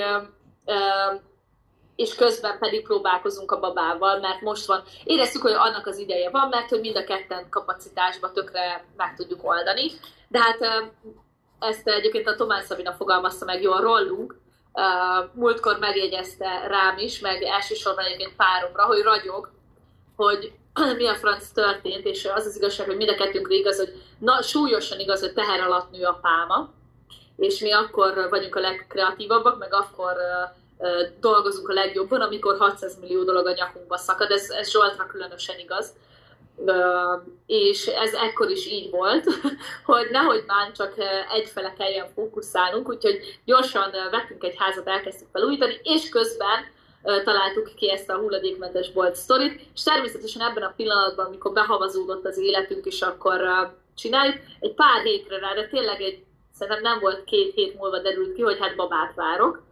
és közben pedig próbálkozunk a babával, mert most van, éreztük, hogy annak az ideje van, mert hogy mind a ketten kapacitásba tökre meg tudjuk oldani. De hát ezt egyébként a Tomás Szabina fogalmazta meg jól rólunk, múltkor megjegyezte rám is, meg elsősorban egyébként páromra, hogy ragyog, hogy mi a franc történt, és az az igazság, hogy mind a kettőnkre igaz, hogy na, súlyosan igaz, hogy teher alatt nő a pálma, és mi akkor vagyunk a legkreatívabbak, meg akkor dolgozunk a legjobban, amikor hatszáz millió dolog a nyakunkba szakad, ez, ez Zsoltra különösen igaz. És ez ekkor is így volt, hogy nehogy már csak egyfele kelljen fókuszálnunk, úgyhogy gyorsan vettünk egy házat, elkezdtük felújítani, és közben találtuk ki ezt a hulladékmentes bolt sztorit, és természetesen ebben a pillanatban, amikor behavazódott az életünk, és akkor csináljuk, egy pár hétre rá, de tényleg egy, szerintem nem volt két hét múlva derült ki, hogy hát babát várok.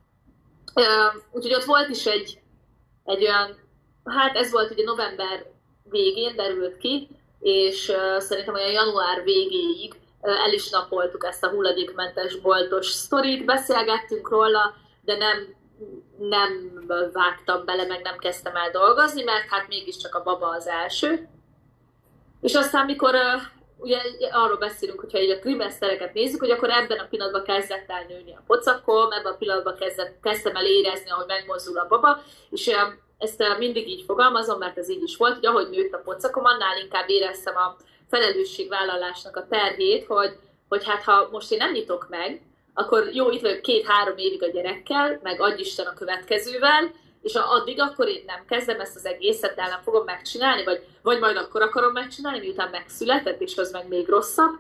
Úgyhogy ott volt is egy, egy olyan, hát ez volt ugye november végén derült ki, és szerintem olyan január végéig el is napoltuk ezt a hulladékmentes boltos sztorit, beszélgettünk róla, de nem, nem vágtam bele, meg nem kezdtem el dolgozni, mert hát mégiscsak a baba az első. És aztán mikor ugye arról beszélünk, hogyha így a trimesztereket nézzük, hogy akkor ebben a pillanatban kezdett el nőni a pocakom, ebben a pillanatban kezdett, kezdtem el érezni, ahogy megmozdul a baba, és ezt mindig így fogalmazom, mert ez így is volt, hogy ahogy nőtt a pocakom, annál inkább éreztem a felelősségvállalásnak a terhét, hogy, hogy hát ha most én nem nyitok meg, akkor jó, itt vagyok két-három évig a gyerekkel, meg adj Isten a következővel, és addig akkor én nem kezdem ezt az egészet, el nem fogom megcsinálni, vagy, vagy majd akkor akarom megcsinálni, miután megszületett, és az meg még rosszabb.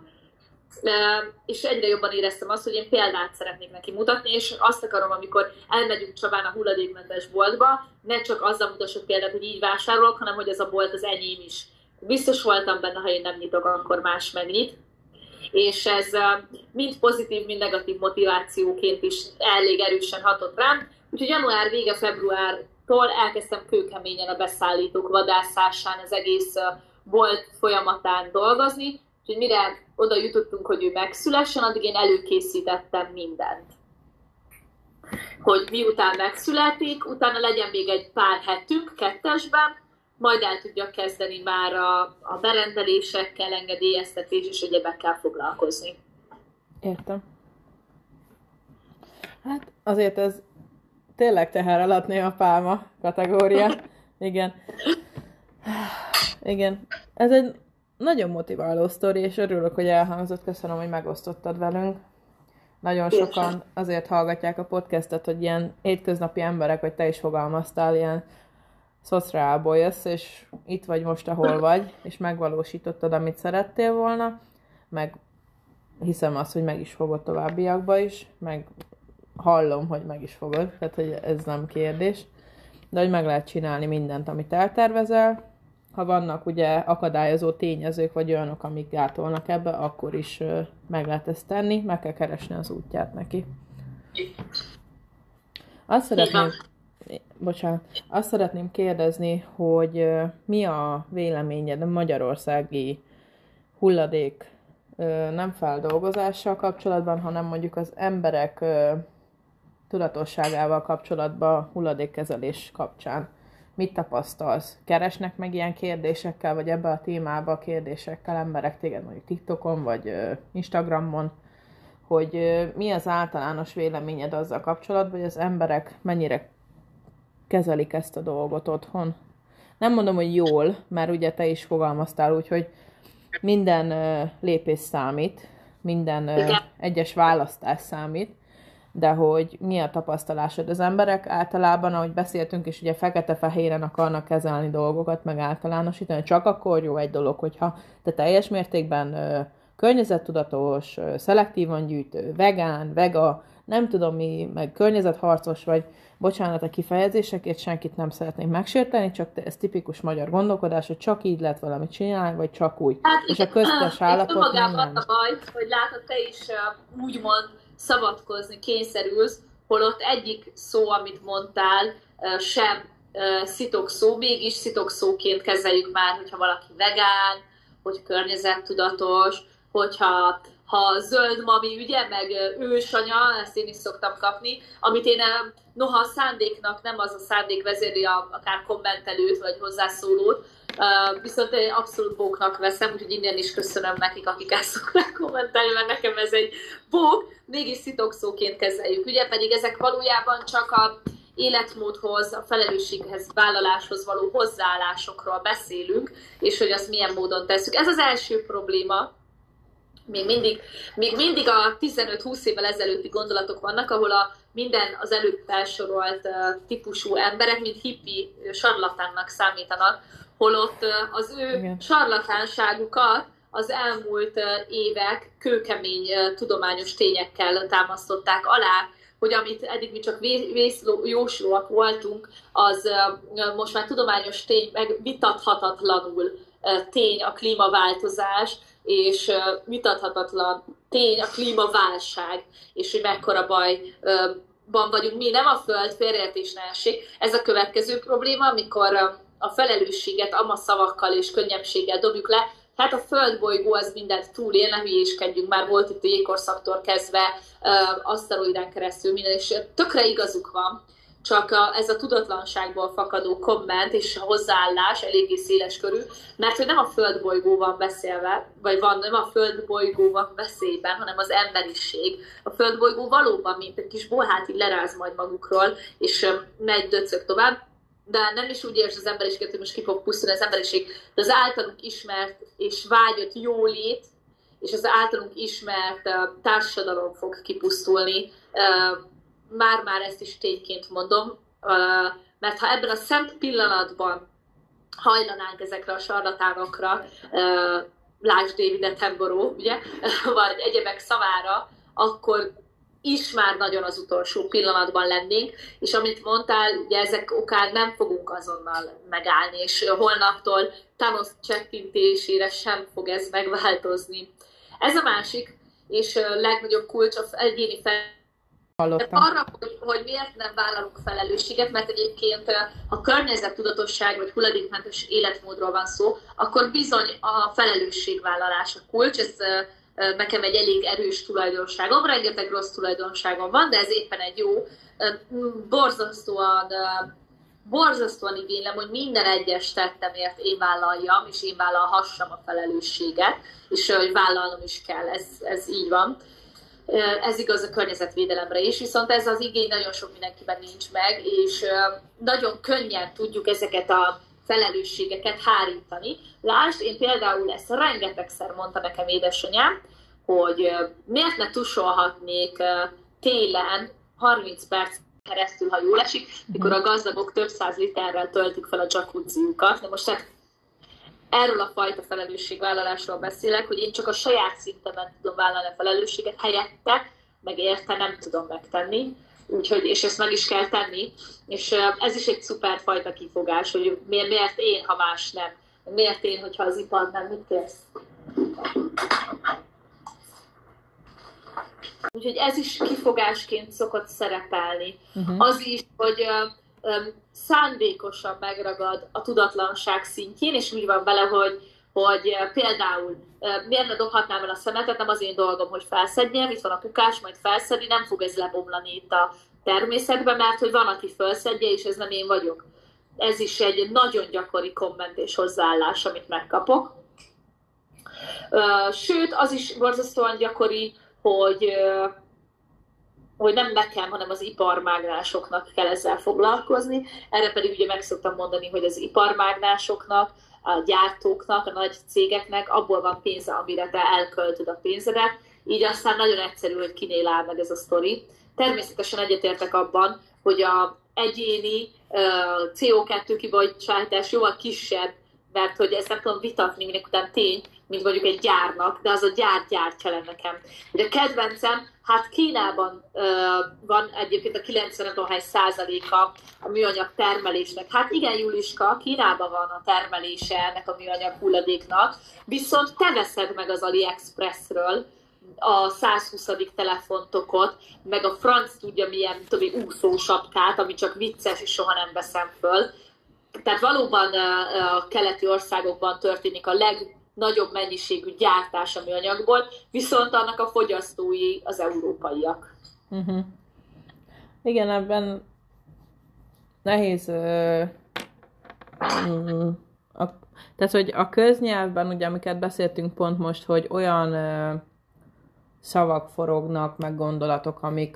És egyre jobban éreztem azt, hogy én példát szeretnék neki mutatni, és azt akarom, amikor elmegyünk Csabán a hulladékmentes boltba, ne csak azzal mutassuk példát, hogy így vásárolok, hanem hogy ez a bolt az enyém is. Biztos voltam benne, ha én nem nyitok, akkor más megnyit. És ez mind pozitív, mind negatív motivációként is elég erősen hatott rám. Úgyhogy január vége, februártól elkezdtem kőkeményen a beszállítók vadászásán, az egész bolt folyamatán dolgozni. Úgyhogy mire oda jutottunk, hogy ő megszülessen, addig én előkészítettem mindent. Hogy miután megszületik, utána legyen még egy pár hetünk kettesben, majd el tudja kezdeni már a, a berendelésekkel, engedélyeztetés és egyebekkel foglalkozni. Értem. Hát azért ez tényleg teher alatt nő a pálma kategória. Igen. Igen. Ez egy nagyon motiváló sztori, és örülök, hogy elhangzott. Köszönöm, hogy megosztottad velünk. Nagyon sokan azért hallgatják a podcastet, hogy ilyen hétköznapi emberek, vagy te is fogalmaztál, ilyen szociálból jössz, és itt vagy most, ahol vagy, és megvalósítottad, amit szerettél volna, meg hiszem azt, hogy meg is fogod továbbiakba is, meg hallom, hogy meg is fogod, tehát hogy ez nem kérdés, de hogy meg lehet csinálni mindent, amit eltervezel. Ha vannak ugye akadályozó tényezők, vagy olyanok, amik gátolnak ebbe, akkor is meg lehet ezt tenni, meg kell keresni az útját neki. Azt szeretném, bocsánat, azt szeretném kérdezni, hogy mi a véleményed a magyarországi hulladék nem feldolgozással kapcsolatban, hanem mondjuk az emberek tudatosságával kapcsolatban hulladékkezelés kapcsán. Mit tapasztalsz? Keresnek meg ilyen kérdésekkel, vagy ebbe a témába a kérdésekkel emberek téged mondjuk TikTokon, vagy Instagramon, hogy mi az általános véleményed azzal kapcsolatban, hogy az emberek mennyire kezelik ezt a dolgot otthon? Nem mondom, hogy jól, mert ugye te is fogalmaztál úgy, hogy minden lépés számít, minden egyes választás számít, de hogy mi a tapasztalásod? Az emberek általában, ahogy beszéltünk, és ugye fekete-fehéren akarnak kezelni dolgokat, meg általánosítani, csak akkor jó egy dolog, hogyha te teljes mértékben ö, környezettudatos, ö, szelektívan gyűjtő, vegán, vega, nem tudom mi, meg környezetharcos vagy, bocsánat a kifejezésekért, senkit nem szeretnék megsérteni, csak ez tipikus magyar gondolkodás, hogy csak így lehet valamit csinálni, vagy csak úgy. Hát és a köztes állapot nem. Nem. A baj, hogy látod, te is uh, úgymond szabadkozni kényszerülsz, holott egyik szó, amit mondtál, uh, sem uh, szitokszó, mégis szitokszóként kezeljük már, hogyha valaki vegán, hogy környezettudatos, hogyha ha zöld mami, ugye, meg ősanya, ezt én is szoktam kapni, amit én noha a szándéknak nem az a szándék vezéri a, akár kommentelőt, vagy hozzászólót, uh, viszont én abszolút bóknak veszem, úgyhogy innen is köszönöm nekik, akik ezt szokták kommentelni, mert nekem ez egy bók, mégis szitokszóként kezeljük, ugye, pedig ezek valójában csak a életmódhoz, a felelősséghez, vállaláshoz való hozzáállásokról beszélünk, és hogy azt milyen módon tesszük. Ez az első probléma. Még mindig, még mindig a tizenöt-húsz évvel ezelőtti gondolatok vannak, ahol a minden az előbb felsorolt uh, típusú emberek, mint hippi sarlatánnak számítanak, holott uh, az ő Igen. sarlatánságukat az elmúlt uh, évek kőkemény uh, tudományos tényekkel támasztották alá, hogy amit eddig mi csak vészjóslóak voltunk, az uh, most már tudományos tény, meg vitathatatlanul uh, tény a klímaváltozás, és vitathatatlan tény a klímaválság, és hogy mekkora bajban vagyunk mi, nem a Föld, félreértés ne essék. Ez a következő probléma, amikor a felelősséget ama szavakkal és könnyebbséggel dobjuk le. Hát a Földbolygó az mindent túlél, ne hülyéskedjünk, már volt itt a jégkorszaktól kezdve, aszteroidán keresztül minden, és tökre igazuk van. Csak a, ez a tudatlanságból fakadó komment és a hozzáállás eléggé széles körül, mert hogy nem a földbolygó van beszélve, vagy van, nem a földbolygó van veszélyben, hanem az emberiség. A földbolygó valóban, mint egy kis bolhát így leráz majd magukról, és megy döcög tovább, de nem is úgy érts az emberiséget, hogy most ki fog pusztulni az emberiség, de az általunk ismert és vágyott jólét, és az általunk ismert uh, társadalom fog kipusztulni. Uh, Már-már ezt is tényként mondom, mert ha ebben a szent pillanatban hajlanánk ezekre a sarlatánokra, lásd David Attenborough, ugye, vagy egyebek szavára, akkor is már nagyon az utolsó pillanatban lennénk, és amit mondtál, ugye ezek okán nem fogunk azonnal megállni, és holnaptól Thanos csettintésére sem fog ez megváltozni. Ez a másik, és legnagyobb kulcs az egyéni fel de arra, hogy, hogy miért nem vállalunk felelősséget, mert egyébként ha környezettudatosság vagy hulladékmentes életmódról van szó, akkor bizony a felelősségvállalás a kulcs, ez nekem egy elég erős tulajdonságom, rengeteg rossz tulajdonságom van, de ez éppen egy jó, borzasztóan borzasztóan igénylem, hogy minden egyes tettemért én vállaljam, és én vállalhassam a felelősséget, és hogy vállalnom is kell, ez, ez így van. Ez igaz a környezetvédelemre is, viszont ez az igény nagyon sok mindenkiben nincs meg, és nagyon könnyen tudjuk ezeket a felelősségeket hárítani. Lásd, én például ezt rengetegszer mondta nekem édesanyám, hogy miért ne tusolhatnék télen harminc perc keresztül, ha jól esik, mikor a gazdagok több száz literrel töltik fel a jacuzziukat. Na most hát erről a fajta felelősségvállalásról beszélek, hogy én csak a saját szintemen tudom vállalni a felelősséget, helyette, meg érte nem tudom megtenni, úgyhogy, és ezt meg is kell tenni, és ez is egy szuper fajta kifogás, hogy miért, miért én, ha más nem, miért én, hogyha az ipar nem, mit kérsz? Úgyhogy ez is kifogásként szokott szerepelni. Uh-huh. Az is, hogy um, szándékosan megragad a tudatlanság szintjén, és úgy van vele, hogy, hogy uh, például uh, miért ne dobhatnám el a szemetet, nem az én dolgom, hogy felszedjem, itt van a kukás, majd felszedi, nem fog ez lebomlani itt a természetben, mert hogy van, aki felszedje, és ez nem én vagyok. Ez is egy nagyon gyakori komment és hozzáállás, amit megkapok. Uh, sőt, az is borzasztóan gyakori, hogy, hogy nem nekem, hanem az iparmágnásoknak kell ezzel foglalkozni. Erre pedig ugye meg szoktam mondani, hogy az iparmágnásoknak, a gyártóknak, a nagy cégeknek abból van pénze, amire te elköltöd a pénzedet. Így aztán nagyon egyszerű, hogy kinél áll meg ez a sztori. Természetesen egyetértek abban, hogy az egyéni cé o kettő kibocsátás jóval kisebb, mert hogy ezt nem tudom vitatni, minek után tény, mint mondjuk egy gyárnak, de az a gyár gyártja le nekem. Ugye a kedvencem, hát Kínában uh, van egyébként a kilencven százaléka a műanyag termelésnek. Hát igen, Juliska, Kínában van a termelése ennek a műanyag hulladéknak, viszont te veszed meg az AliExpressről a százhuszadik telefontokot, meg a franc tudja milyen, tudom, úszósapkát, ami csak vicces, és soha nem veszem föl. Tehát valóban a keleti országokban történik a legnagyobb mennyiségű gyártás a műanyagból, viszont annak a fogyasztói az európaiak. Uh-huh. Igen, ebben nehéz... Uh, a, tehát, hogy a köznyelvben, ugye, amiket beszéltünk pont most, hogy olyan uh, szavak forognak, meg gondolatok, amik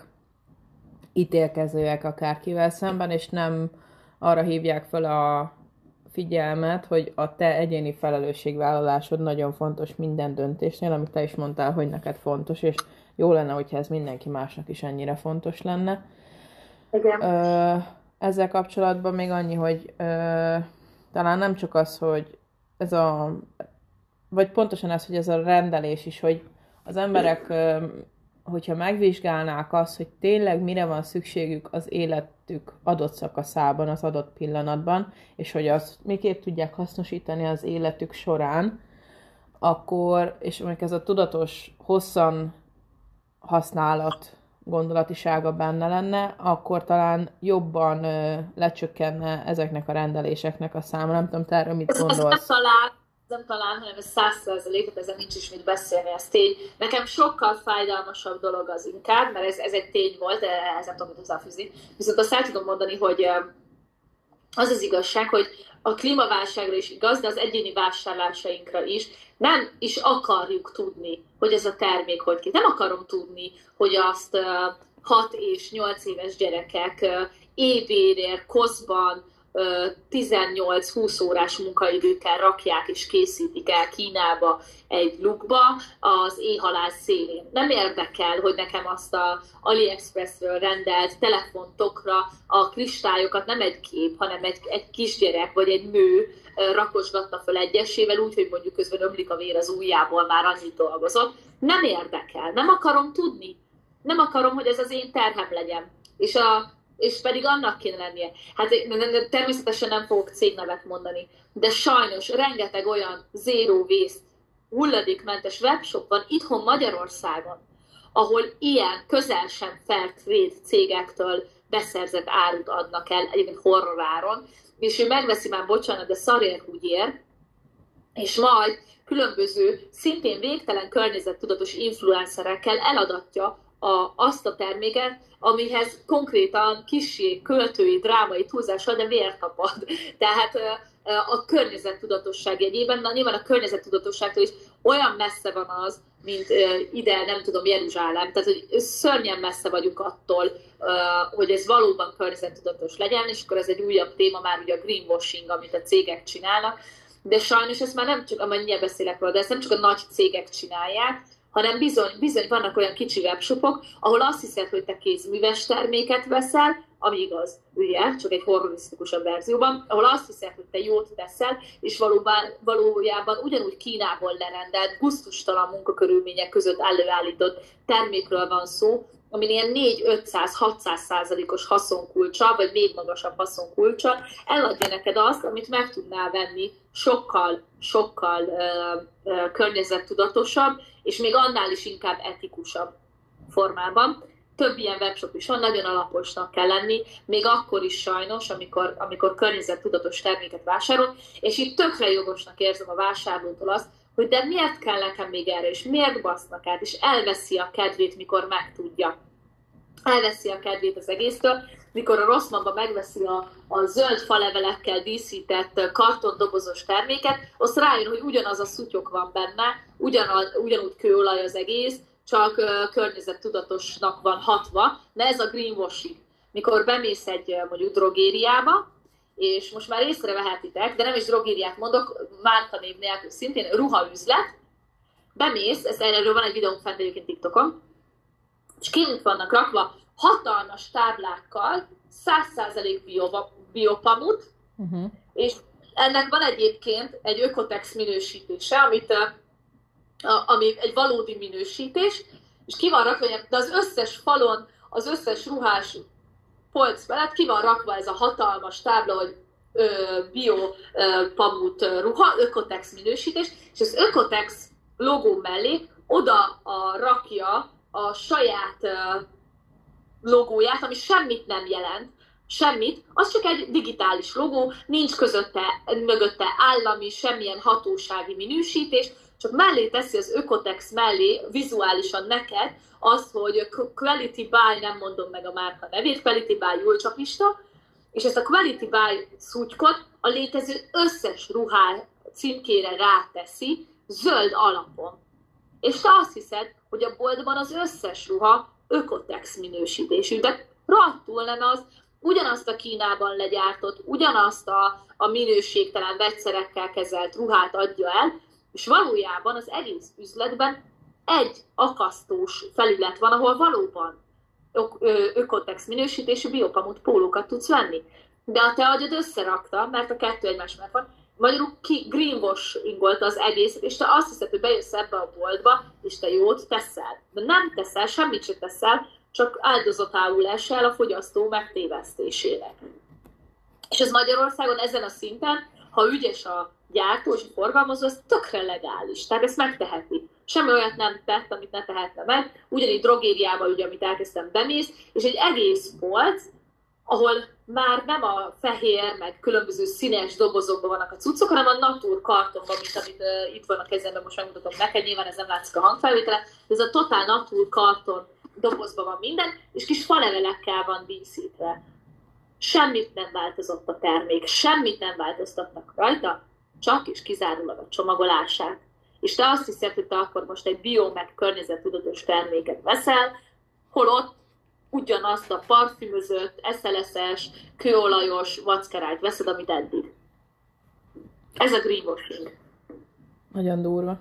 ítélkezőek akárkivel szemben, és nem arra hívják fel a figyelmet, hogy a te egyéni felelősségvállalásod nagyon fontos minden döntésnél, amit te is mondtál, hogy neked fontos, és jó lenne, hogyha ez mindenki másnak is ennyire fontos lenne. Igen. Ö, ezzel kapcsolatban még annyi, hogy ö, talán nem csak az, hogy ez a, vagy pontosan ez, hogy ez a rendelés is, hogy az emberek, ö, hogyha megvizsgálnák azt, hogy tényleg mire van szükségük az életük adott szakaszában, az adott pillanatban, és hogy azt miképp tudják hasznosítani az életük során, akkor, és mondjuk ez a tudatos, hosszan használat gondolatisága benne lenne, akkor talán jobban ö, lecsökkenne ezeknek a rendeléseknek a száma. Nem tudom, te erről mit gondolsz? Ez talán, nem talán, hanem ez száz százalékot, ezen nincs is mit beszélni, ez tény. Nekem sokkal fájdalmasabb dolog az inkább, mert ez, ez egy tény volt, de ez nem tudom, mit hozzáfűzni. Viszont azt el tudom mondani, hogy az az igazság, hogy a klímaválságra is igaz, de az egyéni vásárlásainkra is nem is akarjuk tudni, hogy ez a termék hogy ki. Nem akarom tudni, hogy azt hat és nyolc éves gyerekek évérért, koszban, tizennyolc-húsz órás munkaidőkkel rakják és készítik el Kínába egy lukba az éhhalál szélén. Nem érdekel, hogy nekem azt a AliExpressről rendelt telefontokra a kristályokat nem egy kép, hanem egy, egy kisgyerek vagy egy nő rakosgatta föl egyesével, úgy, hogy mondjuk közben ömlik a vér az ujjából, már annyit dolgozott. Nem érdekel, nem akarom tudni. Nem akarom, hogy ez az én terhem legyen. És a és pedig annak kéne lennie. Hát természetesen nem fogok cégnevet mondani, de sajnos rengeteg olyan zero waste, hulladékmentes webshop van itthon Magyarországon, ahol ilyen közel sem fair trade cégektől beszerzett árut adnak el, egyébként horroráron, és ő megveszi már, bocsánat, de szarérhúgyér, és majd különböző, szintén végtelen környezettudatos influencerekkel eladatja a, azt a terméket, amihez konkrétan kissé költői, drámai túlzással, de vért tapad. Tehát a környezettudatosság jegyében, na nyilván a környezettudatosságtól is olyan messze van az, mint ide, nem tudom, Jeruzsálem. Tehát, hogy szörnyen messze vagyunk attól, hogy ez valóban környezettudatos legyen, és akkor ez egy újabb téma, már ugye a greenwashing, amit a cégek csinálnak. De sajnos ezt már nem csak, amennyire beszélek róla, de ezt nem csak a nagy cégek csinálják, hanem bizony, bizony vannak olyan kicsi webshopok, ahol azt hiszed, hogy te kézműves terméket veszel, ami igaz, ugye, csak egy horrorisztikusabb verzióban, ahol azt hiszed, hogy te jót teszel, és valóban, valójában ugyanúgy Kínából lerendelt, gusztustalan munkakörülmények között előállított termékről van szó, amin ilyen négy-ötszáz-hatszáz százalékos haszonkulcsa, vagy még magasabb haszonkulcsa, eladja neked azt, amit meg tudnál venni sokkal, sokkal uh, uh, környezettudatosabb, és még annál is inkább etikusabb formában. Több ilyen webshop is van, nagyon alaposnak kell lenni, még akkor is sajnos, amikor, amikor környezettudatos terméket vásárol, és itt tökre jogosnak érzem a vásárlótól azt, hogy de miért kell nekem még erre, és miért basznak át, és elveszi a kedvét, mikor megtudja. Elveszi a kedvét az egésztől, mikor a Rossmannban megveszi a, a zöld falevelekkel díszített kartondobozos terméket, azt rájön, hogy ugyanaz a szutyok van benne, ugyanaz, ugyanúgy kőolaj az egész, csak uh, környezettudatosnak van hatva, de ez a greenwashing. Mikor bemész egy mondjuk drogériába, és most már észrevehetitek, de nem is drogériát mondok, márkanév nélkül szintén, ruhaüzlet, bemész, ez erről van egy videónk fent egyébként TikTokon, és kint vannak rakva hatalmas táblákkal, száz százalék biopamut, uh-huh. és ennek van egyébként egy Ökotex minősítése, amit, ami egy valódi minősítés, és ki van rakva, de az összes falon, az összes ruhás polc mellett ki van rakva ez a hatalmas tábla, hogy biopamut ruha, Ökotex minősítés, és az Ökotex logó mellé oda a rakja a saját uh, logóját, ami semmit nem jelent, semmit, az csak egy digitális logó, nincs közötte, mögötte állami, semmilyen hatósági minősítés, csak mellé teszi az Ökotex mellé vizuálisan neked azt, hogy Quality Buy, nem mondom meg a márka nevét, Quality Buy jólcsapista, és ezt a Quality Buy szutykot a létező összes ruhá címkére ráteszi zöld alapon. És te azt hiszed, hogy a boltban az összes ruha Ökotex minősítésű, de rohadtul nem az, ugyanazt a Kínában legyártott, ugyanazt a, a minőségtelen vegyszerekkel kezelt ruhát adja el, és valójában az egész üzletben egy akasztós felület van, ahol valóban Ökotex minősítésű biopamut pólókat tudsz venni. De a te agyad összerakta, mert a kettő egymás mellett van, magyarul ki greenwashing az egész, és te azt hiszed, hogy bejössz ebbe a boltba, és te jót teszel. De nem teszel, semmit sem teszel, csak áldozatául esel a fogyasztó megtévesztésének. És ez Magyarországon ezen a szinten, ha ügyes a gyártó és a forgalmazó, ez tökre legális. Tehát ezt megteheti. Semmi olyat nem tett, amit ne tehetne meg. Ugyanígy drogériában, ugye, amit elkezdtem, bemész, és egy egész polc, ahol már nem a fehér, meg különböző színes dobozokban vannak a cuccok, hanem a Natur kartonban, mint amit uh, itt van a kezemben, most megmutatom neked, nyilván ez nem látszik a hangfelvétele, ez a totál Natur karton dobozban van minden, és kis falevelekkel van díszítve. Semmit nem változott a termék, semmit nem változtattak rajta, csak és kizárólag a csomagolását. És te azt hiszed, hogy te akkor most egy bio, meg környezettudatos terméket veszel, holott ugyanazt a parfümözött, es el es-es, kőolajos vackerájt veszed, amit eddig. Ez a greenwashing. Nagyon durva.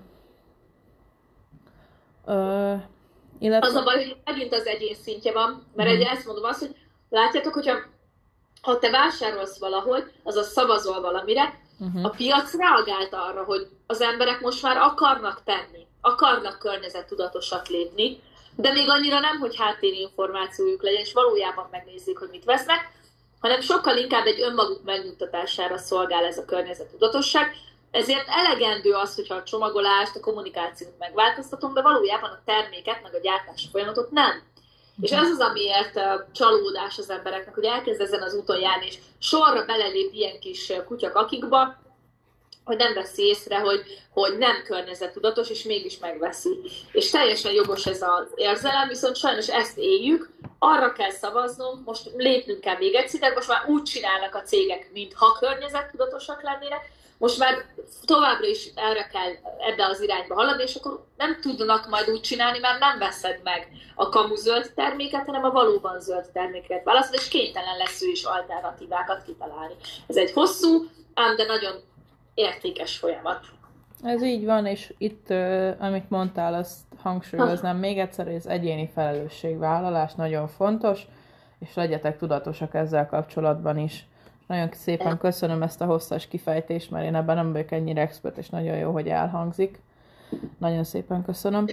Ö, illetve... Az a baj, hogy megint az egyén szintje van, mert mm. egy ezt mondom azt, hogy látjátok, hogyha ha te vásárolsz valahogy, azaz szavazol valamire, uh-huh. a piac reagált arra, hogy az emberek most már akarnak tenni, akarnak környezettudatosak lépni, de még annyira nem, hogy háttérinformációjuk legyen, és valójában megnézzék, hogy mit vesznek, hanem sokkal inkább egy önmaguk megnyugtatására szolgál ez a környezettudatosság. Ezért elegendő az, hogyha a csomagolást, a kommunikációt megváltoztatunk, de valójában a terméket, meg a gyártási folyamatot nem. És ez az, amiért csalódás az embereknek, hogy elkezd ezen az úton járni, és sorra belelép ilyen kis kutyakakikba, hogy nem veszi észre, hogy, hogy nem környezettudatos, és mégis megveszi. És teljesen jogos ez az érzelem, viszont sajnos ezt éljük, arra kell szavaznunk, most lépnünk kell még egy szintet, most már úgy csinálnak a cégek, mintha környezettudatosak lennének, most már továbbra is erre kell ebbe az irányba haladni, és akkor nem tudnak majd úgy csinálni, mert nem veszed meg a kamu zöld terméket, hanem a valóban zöld terméket választod, és kénytelen lesz ő is alternatívákat kitalálni. Ez egy hosszú, ám de nagyon értékes folyamat. Ez így van, és itt, amit mondtál, azt hangsúlyoznám még egyszer, hogy az egyéni felelősségvállalás nagyon fontos, és legyetek tudatosak ezzel kapcsolatban is. Nagyon szépen köszönöm ezt a hosszas kifejtést, mert én ebben nem vagyok ennyire expert, és nagyon jó, hogy elhangzik. Nagyon szépen köszönöm.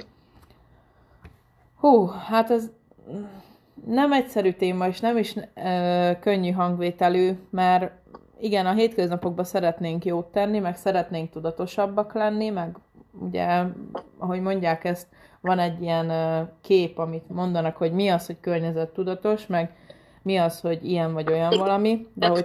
Hú, hát ez nem egyszerű téma, és nem is ö, könnyű hangvételű, mert igen, a hétköznapokban szeretnénk jót tenni, meg szeretnénk tudatosabbak lenni, meg ugye, ahogy mondják ezt, van egy ilyen ö, kép, amit mondanak, hogy mi az, hogy környezettudatos, meg mi az, hogy ilyen vagy olyan valami, de hogy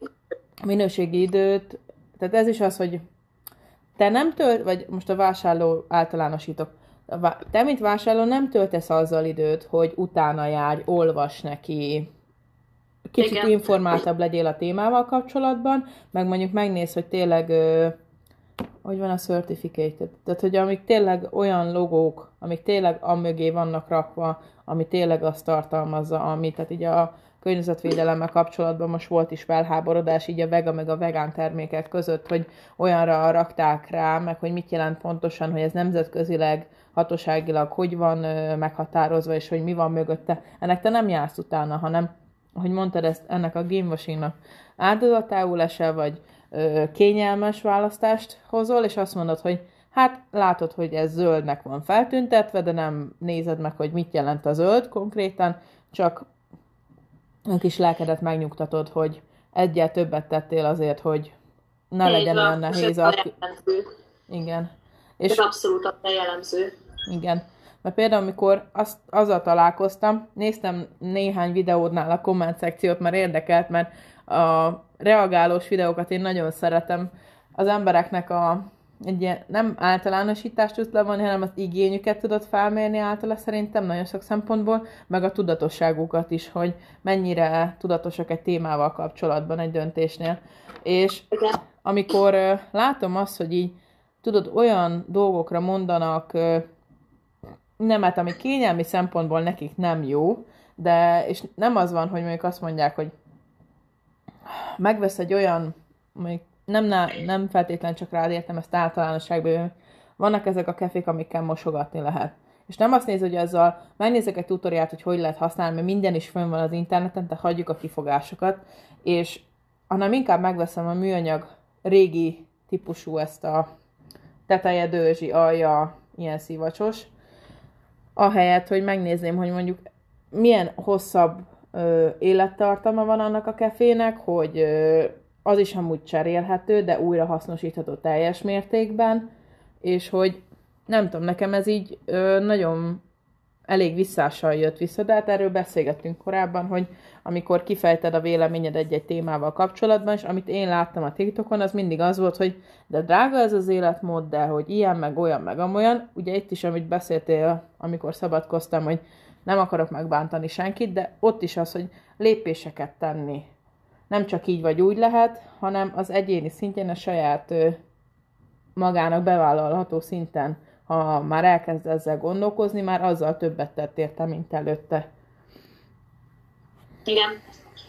minőségi időt, tehát ez is az, hogy te nem tölt, vagy most a vásárló általánosítok, te, mint vásárló nem töltesz azzal időt, hogy utána járj, olvas neki, kicsit igen. informáltabb legyél a témával kapcsolatban, meg mondjuk megnéz, hogy tényleg, ö, hogy van a certificated, tehát hogy amik tényleg olyan logók, amik tényleg amögé vannak rakva, ami tényleg azt tartalmazza, ami, tehát így a környezetvédelemmel kapcsolatban most volt is felháborodás így a vega meg a vegán termékek között, hogy olyanra rakták rá, meg hogy mit jelent pontosan, hogy ez nemzetközileg, hatóságilag hogy van ö, meghatározva, és hogy mi van mögötte. Ennek te nem jársz utána, hanem, ahogy mondtad, ezt, ennek a greenwashingnak áldozatául esel, vagy ö, kényelmes választást hozol, és azt mondod, hogy hát látod, hogy ez zöldnek van feltüntetve, de nem nézed meg, hogy mit jelent a zöld konkrétan, csak a kis lelkedet megnyugtatod, hogy egyel többet tettél azért, hogy ne Én legyen olyan nehéz. A... Igen. És... Ez abszolút a jellemző. Igen. Mert például, amikor azt, azzal találkoztam, néztem néhány videódnál a komment szekciót, mert érdekelt, mert a reagálós videókat én nagyon szeretem. Az embereknek a egy ilyen, nem általánosítást tudsz levonni, hanem az igényüket tudod felmérni általa szerintem nagyon sok szempontból, meg a tudatosságukat is, hogy mennyire tudatosak egy témával kapcsolatban egy döntésnél. És amikor uh, látom azt, hogy így tudod, olyan dolgokra mondanak uh, nemet, ami kényelmi szempontból nekik nem jó, de és nem az van, hogy mondjuk azt mondják, hogy megvesz egy olyan, mondjuk Nem, nem feltétlenül csak rád értem ezt általánosságban. Vannak ezek a kefék, amikkel mosogatni lehet. És nem azt néz, hogy azzal megnézek egy tutoriát, hogy hogy lehet használni, mert minden is fönn van az interneten, tehát hagyjuk a kifogásokat, és hanem inkább megveszem a műanyag régi típusú ezt a teteje, dőzsi, alja, ilyen szivacsos, ahelyett, hogy megnézném, hogy mondjuk milyen hosszabb ö, élettartama van annak a kefének, hogy ö, az is amúgy cserélhető, de újra hasznosítható teljes mértékben, és hogy nem tudom, nekem ez így ö, nagyon elég visszással jött vissza, de hát erről beszélgettünk korábban, hogy amikor kifejted a véleményed egy-egy témával kapcsolatban, és amit én láttam a TikTokon, az mindig az volt, hogy de drága ez az életmód, de hogy ilyen, meg olyan, meg amolyan. Ugye itt is, amit beszéltél, amikor szabadkoztam, hogy nem akarok megbántani senkit, de ott is az, hogy lépéseket tenni. Nem csak így vagy úgy lehet, hanem az egyéni szintjén, a saját ö, magának bevállalható szinten, ha már elkezd ezzel gondolkozni, már azzal többet tett érte, mint előtte. Igen.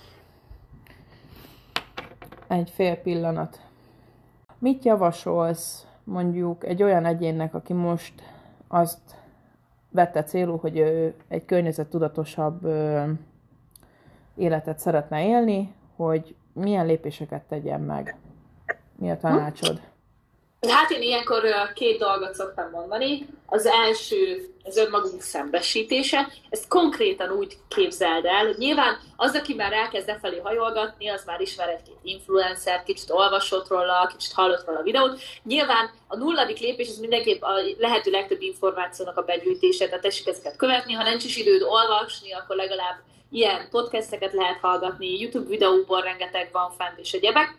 Egy fél pillanat. Mit javasolsz mondjuk egy olyan egyénnek, aki most azt vette célul, hogy ő egy környezettudatosabb ö, életet szeretne élni, hogy milyen lépéseket tegyen meg? Mi a tanácsod? Hát én ilyenkor két dolgot szoktam mondani. Az első az önmagunk szembesítése. Ezt konkrétan úgy képzeld el, hogy nyilván az, aki már elkezd e felé hajolgatni, az már ismer egy-két influencert, kicsit olvasott róla, kicsit hallott róla a videót. Nyilván a nulladik lépés az mindenképp a lehető legtöbb információnak a begyűjtése, tehát tessék ezeket követni. Ha nincs is időd olvasni, akkor legalább ilyen podcasteket lehet hallgatni, YouTube videóból rengeteg van fent és egyebek.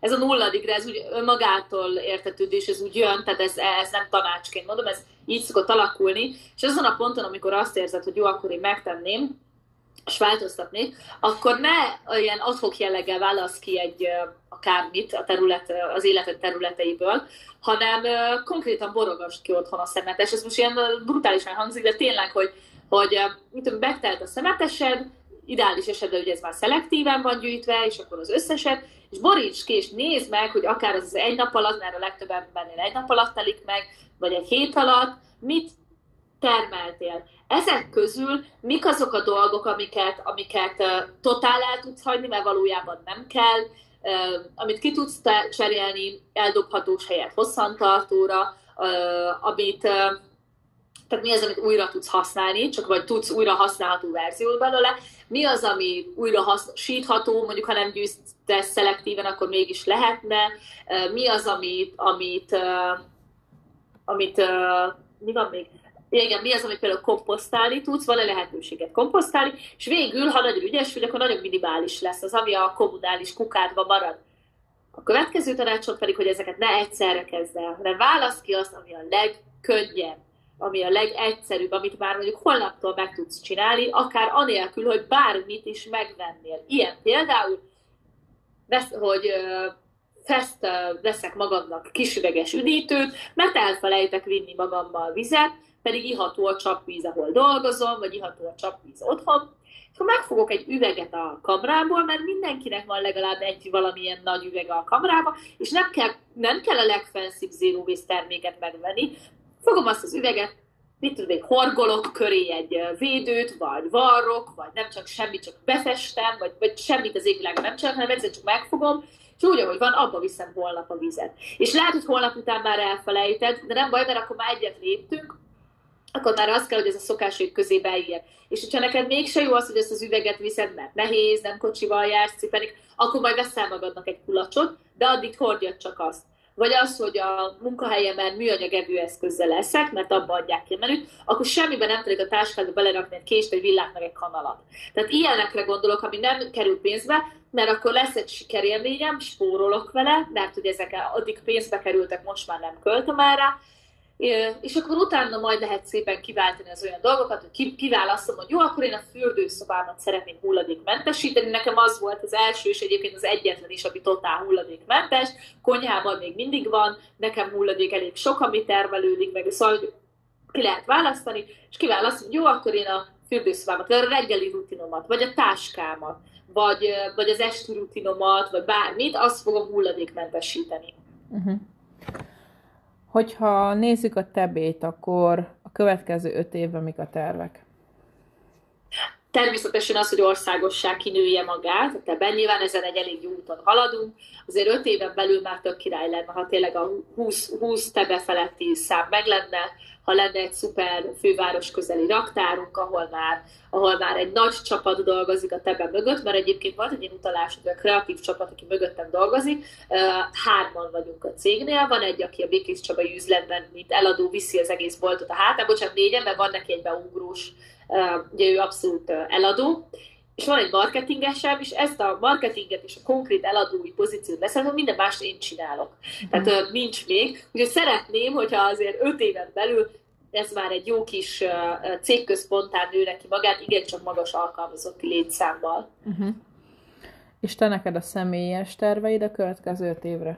ez a nulladikra, ez úgy önmagától értetődő, és ez úgy jön, tehát ez, ez nem tanácsként mondom, ez így szokott alakulni, és azon a ponton, amikor azt érzed, hogy jó, akkor én megtenném, és változtatnék, akkor ne ilyen adhok jelleggel válasz ki egy akármit a terület, az életed területeiből, hanem konkrétan borogasd ki otthon a szemetes. Ez most ilyen brutálisan hangzik, de tényleg, hogy, hogy mit tudom, megtelt a szemetesed, ideális esetben ugye ez már szelektíven van gyűjtve, és akkor az összeset, és boríts ki, és nézd meg, hogy akár az, az egy nap alatt, mert a legtöbb embernél egy nap alatt telik meg, vagy egy hét alatt, mit termeltél. Ezek közül mik azok a dolgok, amiket, amiket uh, totál el tudsz hagyni, mert valójában nem kell, uh, amit ki tudsz cserélni eldobhatós helyet hosszantartóra, uh, amit, uh, tehát mi az, amit újra tudsz használni, csak vagy tudsz újra használható verziót belőle, mi az, ami újra hasznosítható, mondjuk ha nem gyűjtesz szelektíven, akkor mégis lehetne, uh, mi az, amit, amit, uh, amit uh, mi van még? Igen, mi az, amit például komposztálni tudsz, van-e lehetőséget komposztálni, és végül, ha nagyon ügyes vagy, akkor nagyon minimális lesz az, ami a kommunális kukádban marad. A következő tanácsom pedig, hogy ezeket ne egyszerre kezd el, hanem válasz ki azt, ami a legkönnyebb, ami a legegyszerűbb, amit már mondjuk holnaptól meg tudsz csinálni, akár anélkül, hogy bármit is megvennél. Ilyen például, hogy Fest veszek magamnak kisüveges üdítőt, mert elfelejtek vinni magammal vizet, pedig iható a csapvíz, ahol dolgozom, vagy iható a csapvíz otthon, és akkor megfogok egy üveget a kamrából, mert mindenkinek van legalább egy valamilyen nagy üvege a kamrába, és nem kell, nem kell a legfenszibb zero waste terméket megvenni. Fogom azt az üveget, mit tudom, egy horgolok köré egy védőt, vagy varrok, vagy nem csak semmit, csak befestem, vagy, vagy semmit az égvilágon nem csinálok, hanem egyszerűen csak megfogom, és úgy, ahogy van, abba viszem holnap a vizet. És lehet, hogy holnap után már elfelejted, de nem baj, mert akkor már egyet léptünk, akkor már az kell, hogy ez a szokások közé beírj. És hogyha neked mégse jó az, hogy ezt az üveget viszed, mert nehéz, nem kocsival jársz, cipenik, akkor majd veszel magadnak egy kulacsot, de addig hordjad csak azt. Vagy az, hogy a munkahelyemen műanyag evőeszközzel leszek, mert abba adják ki a menüt, akkor semmiben nem tudok a táskádba belerakni egy kést, egy villát, meg egy kanalat. Tehát ilyenekre gondolok, ami nem kerül pénzbe, mert akkor lesz egy sikerélményem, spórolok vele, mert hogy ezek addig pénzbe kerültek, most már nem költöm el rá, és akkor utána majd lehet szépen kiváltani az olyan dolgokat, hogy kiválasztom, hogy jó, akkor én a fürdőszobámat szeretném hulladékmentesíteni. Nekem az volt az első, és egyébként az egyetlen is, ami totál hulladékmentes. Konyhában még mindig van, nekem hulladék elég sok, ami termelődik, meg szóval ki lehet választani, és kiválasztom, hogy jó, akkor én a fürdőszobámat, vagy a reggeli rutinomat, vagy a táskámat, vagy, vagy az esti rutinomat, vagy bármit, azt fogom hulladékmentesíteni. Uh-huh. Hogyha nézzük a tebét, akkor a következő öt évben mik a tervek? Természetesen az, hogy országossá kinője magát, a teben nyilván ezen egy elég jó úton haladunk, azért öt éven belül már tök király lenne, ha tényleg a húsz, húsz tebe feletti szám meg lenne, ha lenne egy szuper főváros közeli raktárunk, ahol már, ahol már egy nagy csapat dolgozik a tebe mögött, mert egyébként volt egy ilyen utalás, hogy a kreatív csapat, aki mögöttem dolgozik, hárman vagyunk a cégnél, van egy, aki a Békés Csabai üzletben, mint eladó viszi az egész boltot a hátán, bocsánat, négyen, mert van neki egy beugrós, ugye ő abszolút eladó, és van egy marketingesem, és ezt a marketinget és a konkrét eladói pozíciót leszállom, minden mást én csinálok. Tehát uh, nincs még. Úgyhogy szeretném, hogyha azért öt éven belül ez már egy jó kis uh, cégközponttá nő neki magát, igencsak magas alkalmazotti létszámmal. Uh-huh. És te neked a személyes terveid a következő öt évre?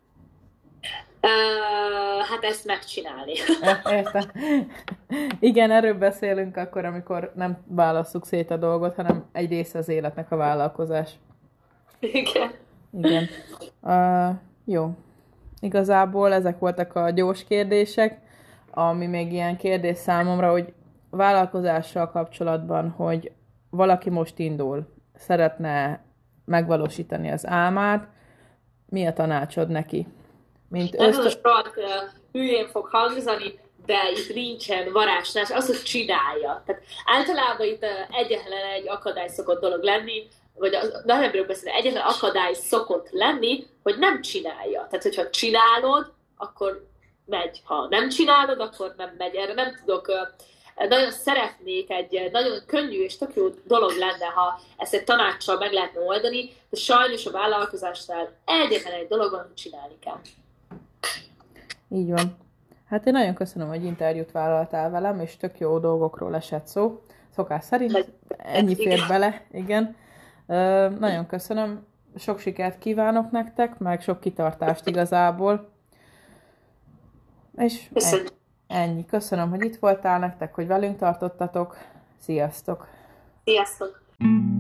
Uh, hát ezt megcsinálni. Értem. Igen, erről beszélünk akkor, amikor nem válasszuk szét a dolgot, hanem egy része az életnek a vállalkozás. Igen. Igen. Uh, jó. Igazából ezek voltak a gyors kérdések, ami még ilyen kérdés számomra, hogy vállalkozással kapcsolatban, hogy valaki most indul, szeretne megvalósítani az álmát, mi a tanácsod neki? Mint nagyon ösztön... sok uh, hülyén fog hangzani, de itt nincsen varázslás, az, hogy csinálja. Tehát általában itt uh, egyetlen egy akadály szokott dolog lenni, vagy az, nem erről beszélni, egyetlen akadály szokott lenni, hogy nem csinálja. Tehát, hogyha csinálod, akkor megy. Ha nem csinálod, akkor nem megy. Erre nem tudok uh, nagyon szeretnék, egy nagyon könnyű és tök jó dolog lenne, ha ezt egy tanácssal meg lehetne oldani, de sajnos a vállalkozásnál egyetlen egy dolog van, hogy csinálni kell. Így van. Hát én nagyon köszönöm, hogy interjút vállaltál velem, és tök jó dolgokról esett szó. Szokás szerint ennyi fér bele, igen. Ö, nagyon köszönöm. Sok sikert kívánok nektek, meg sok kitartást igazából. És ennyi. ennyi. Köszönöm, hogy itt voltál nektek, hogy velünk tartottatok. Sziasztok! Sziasztok!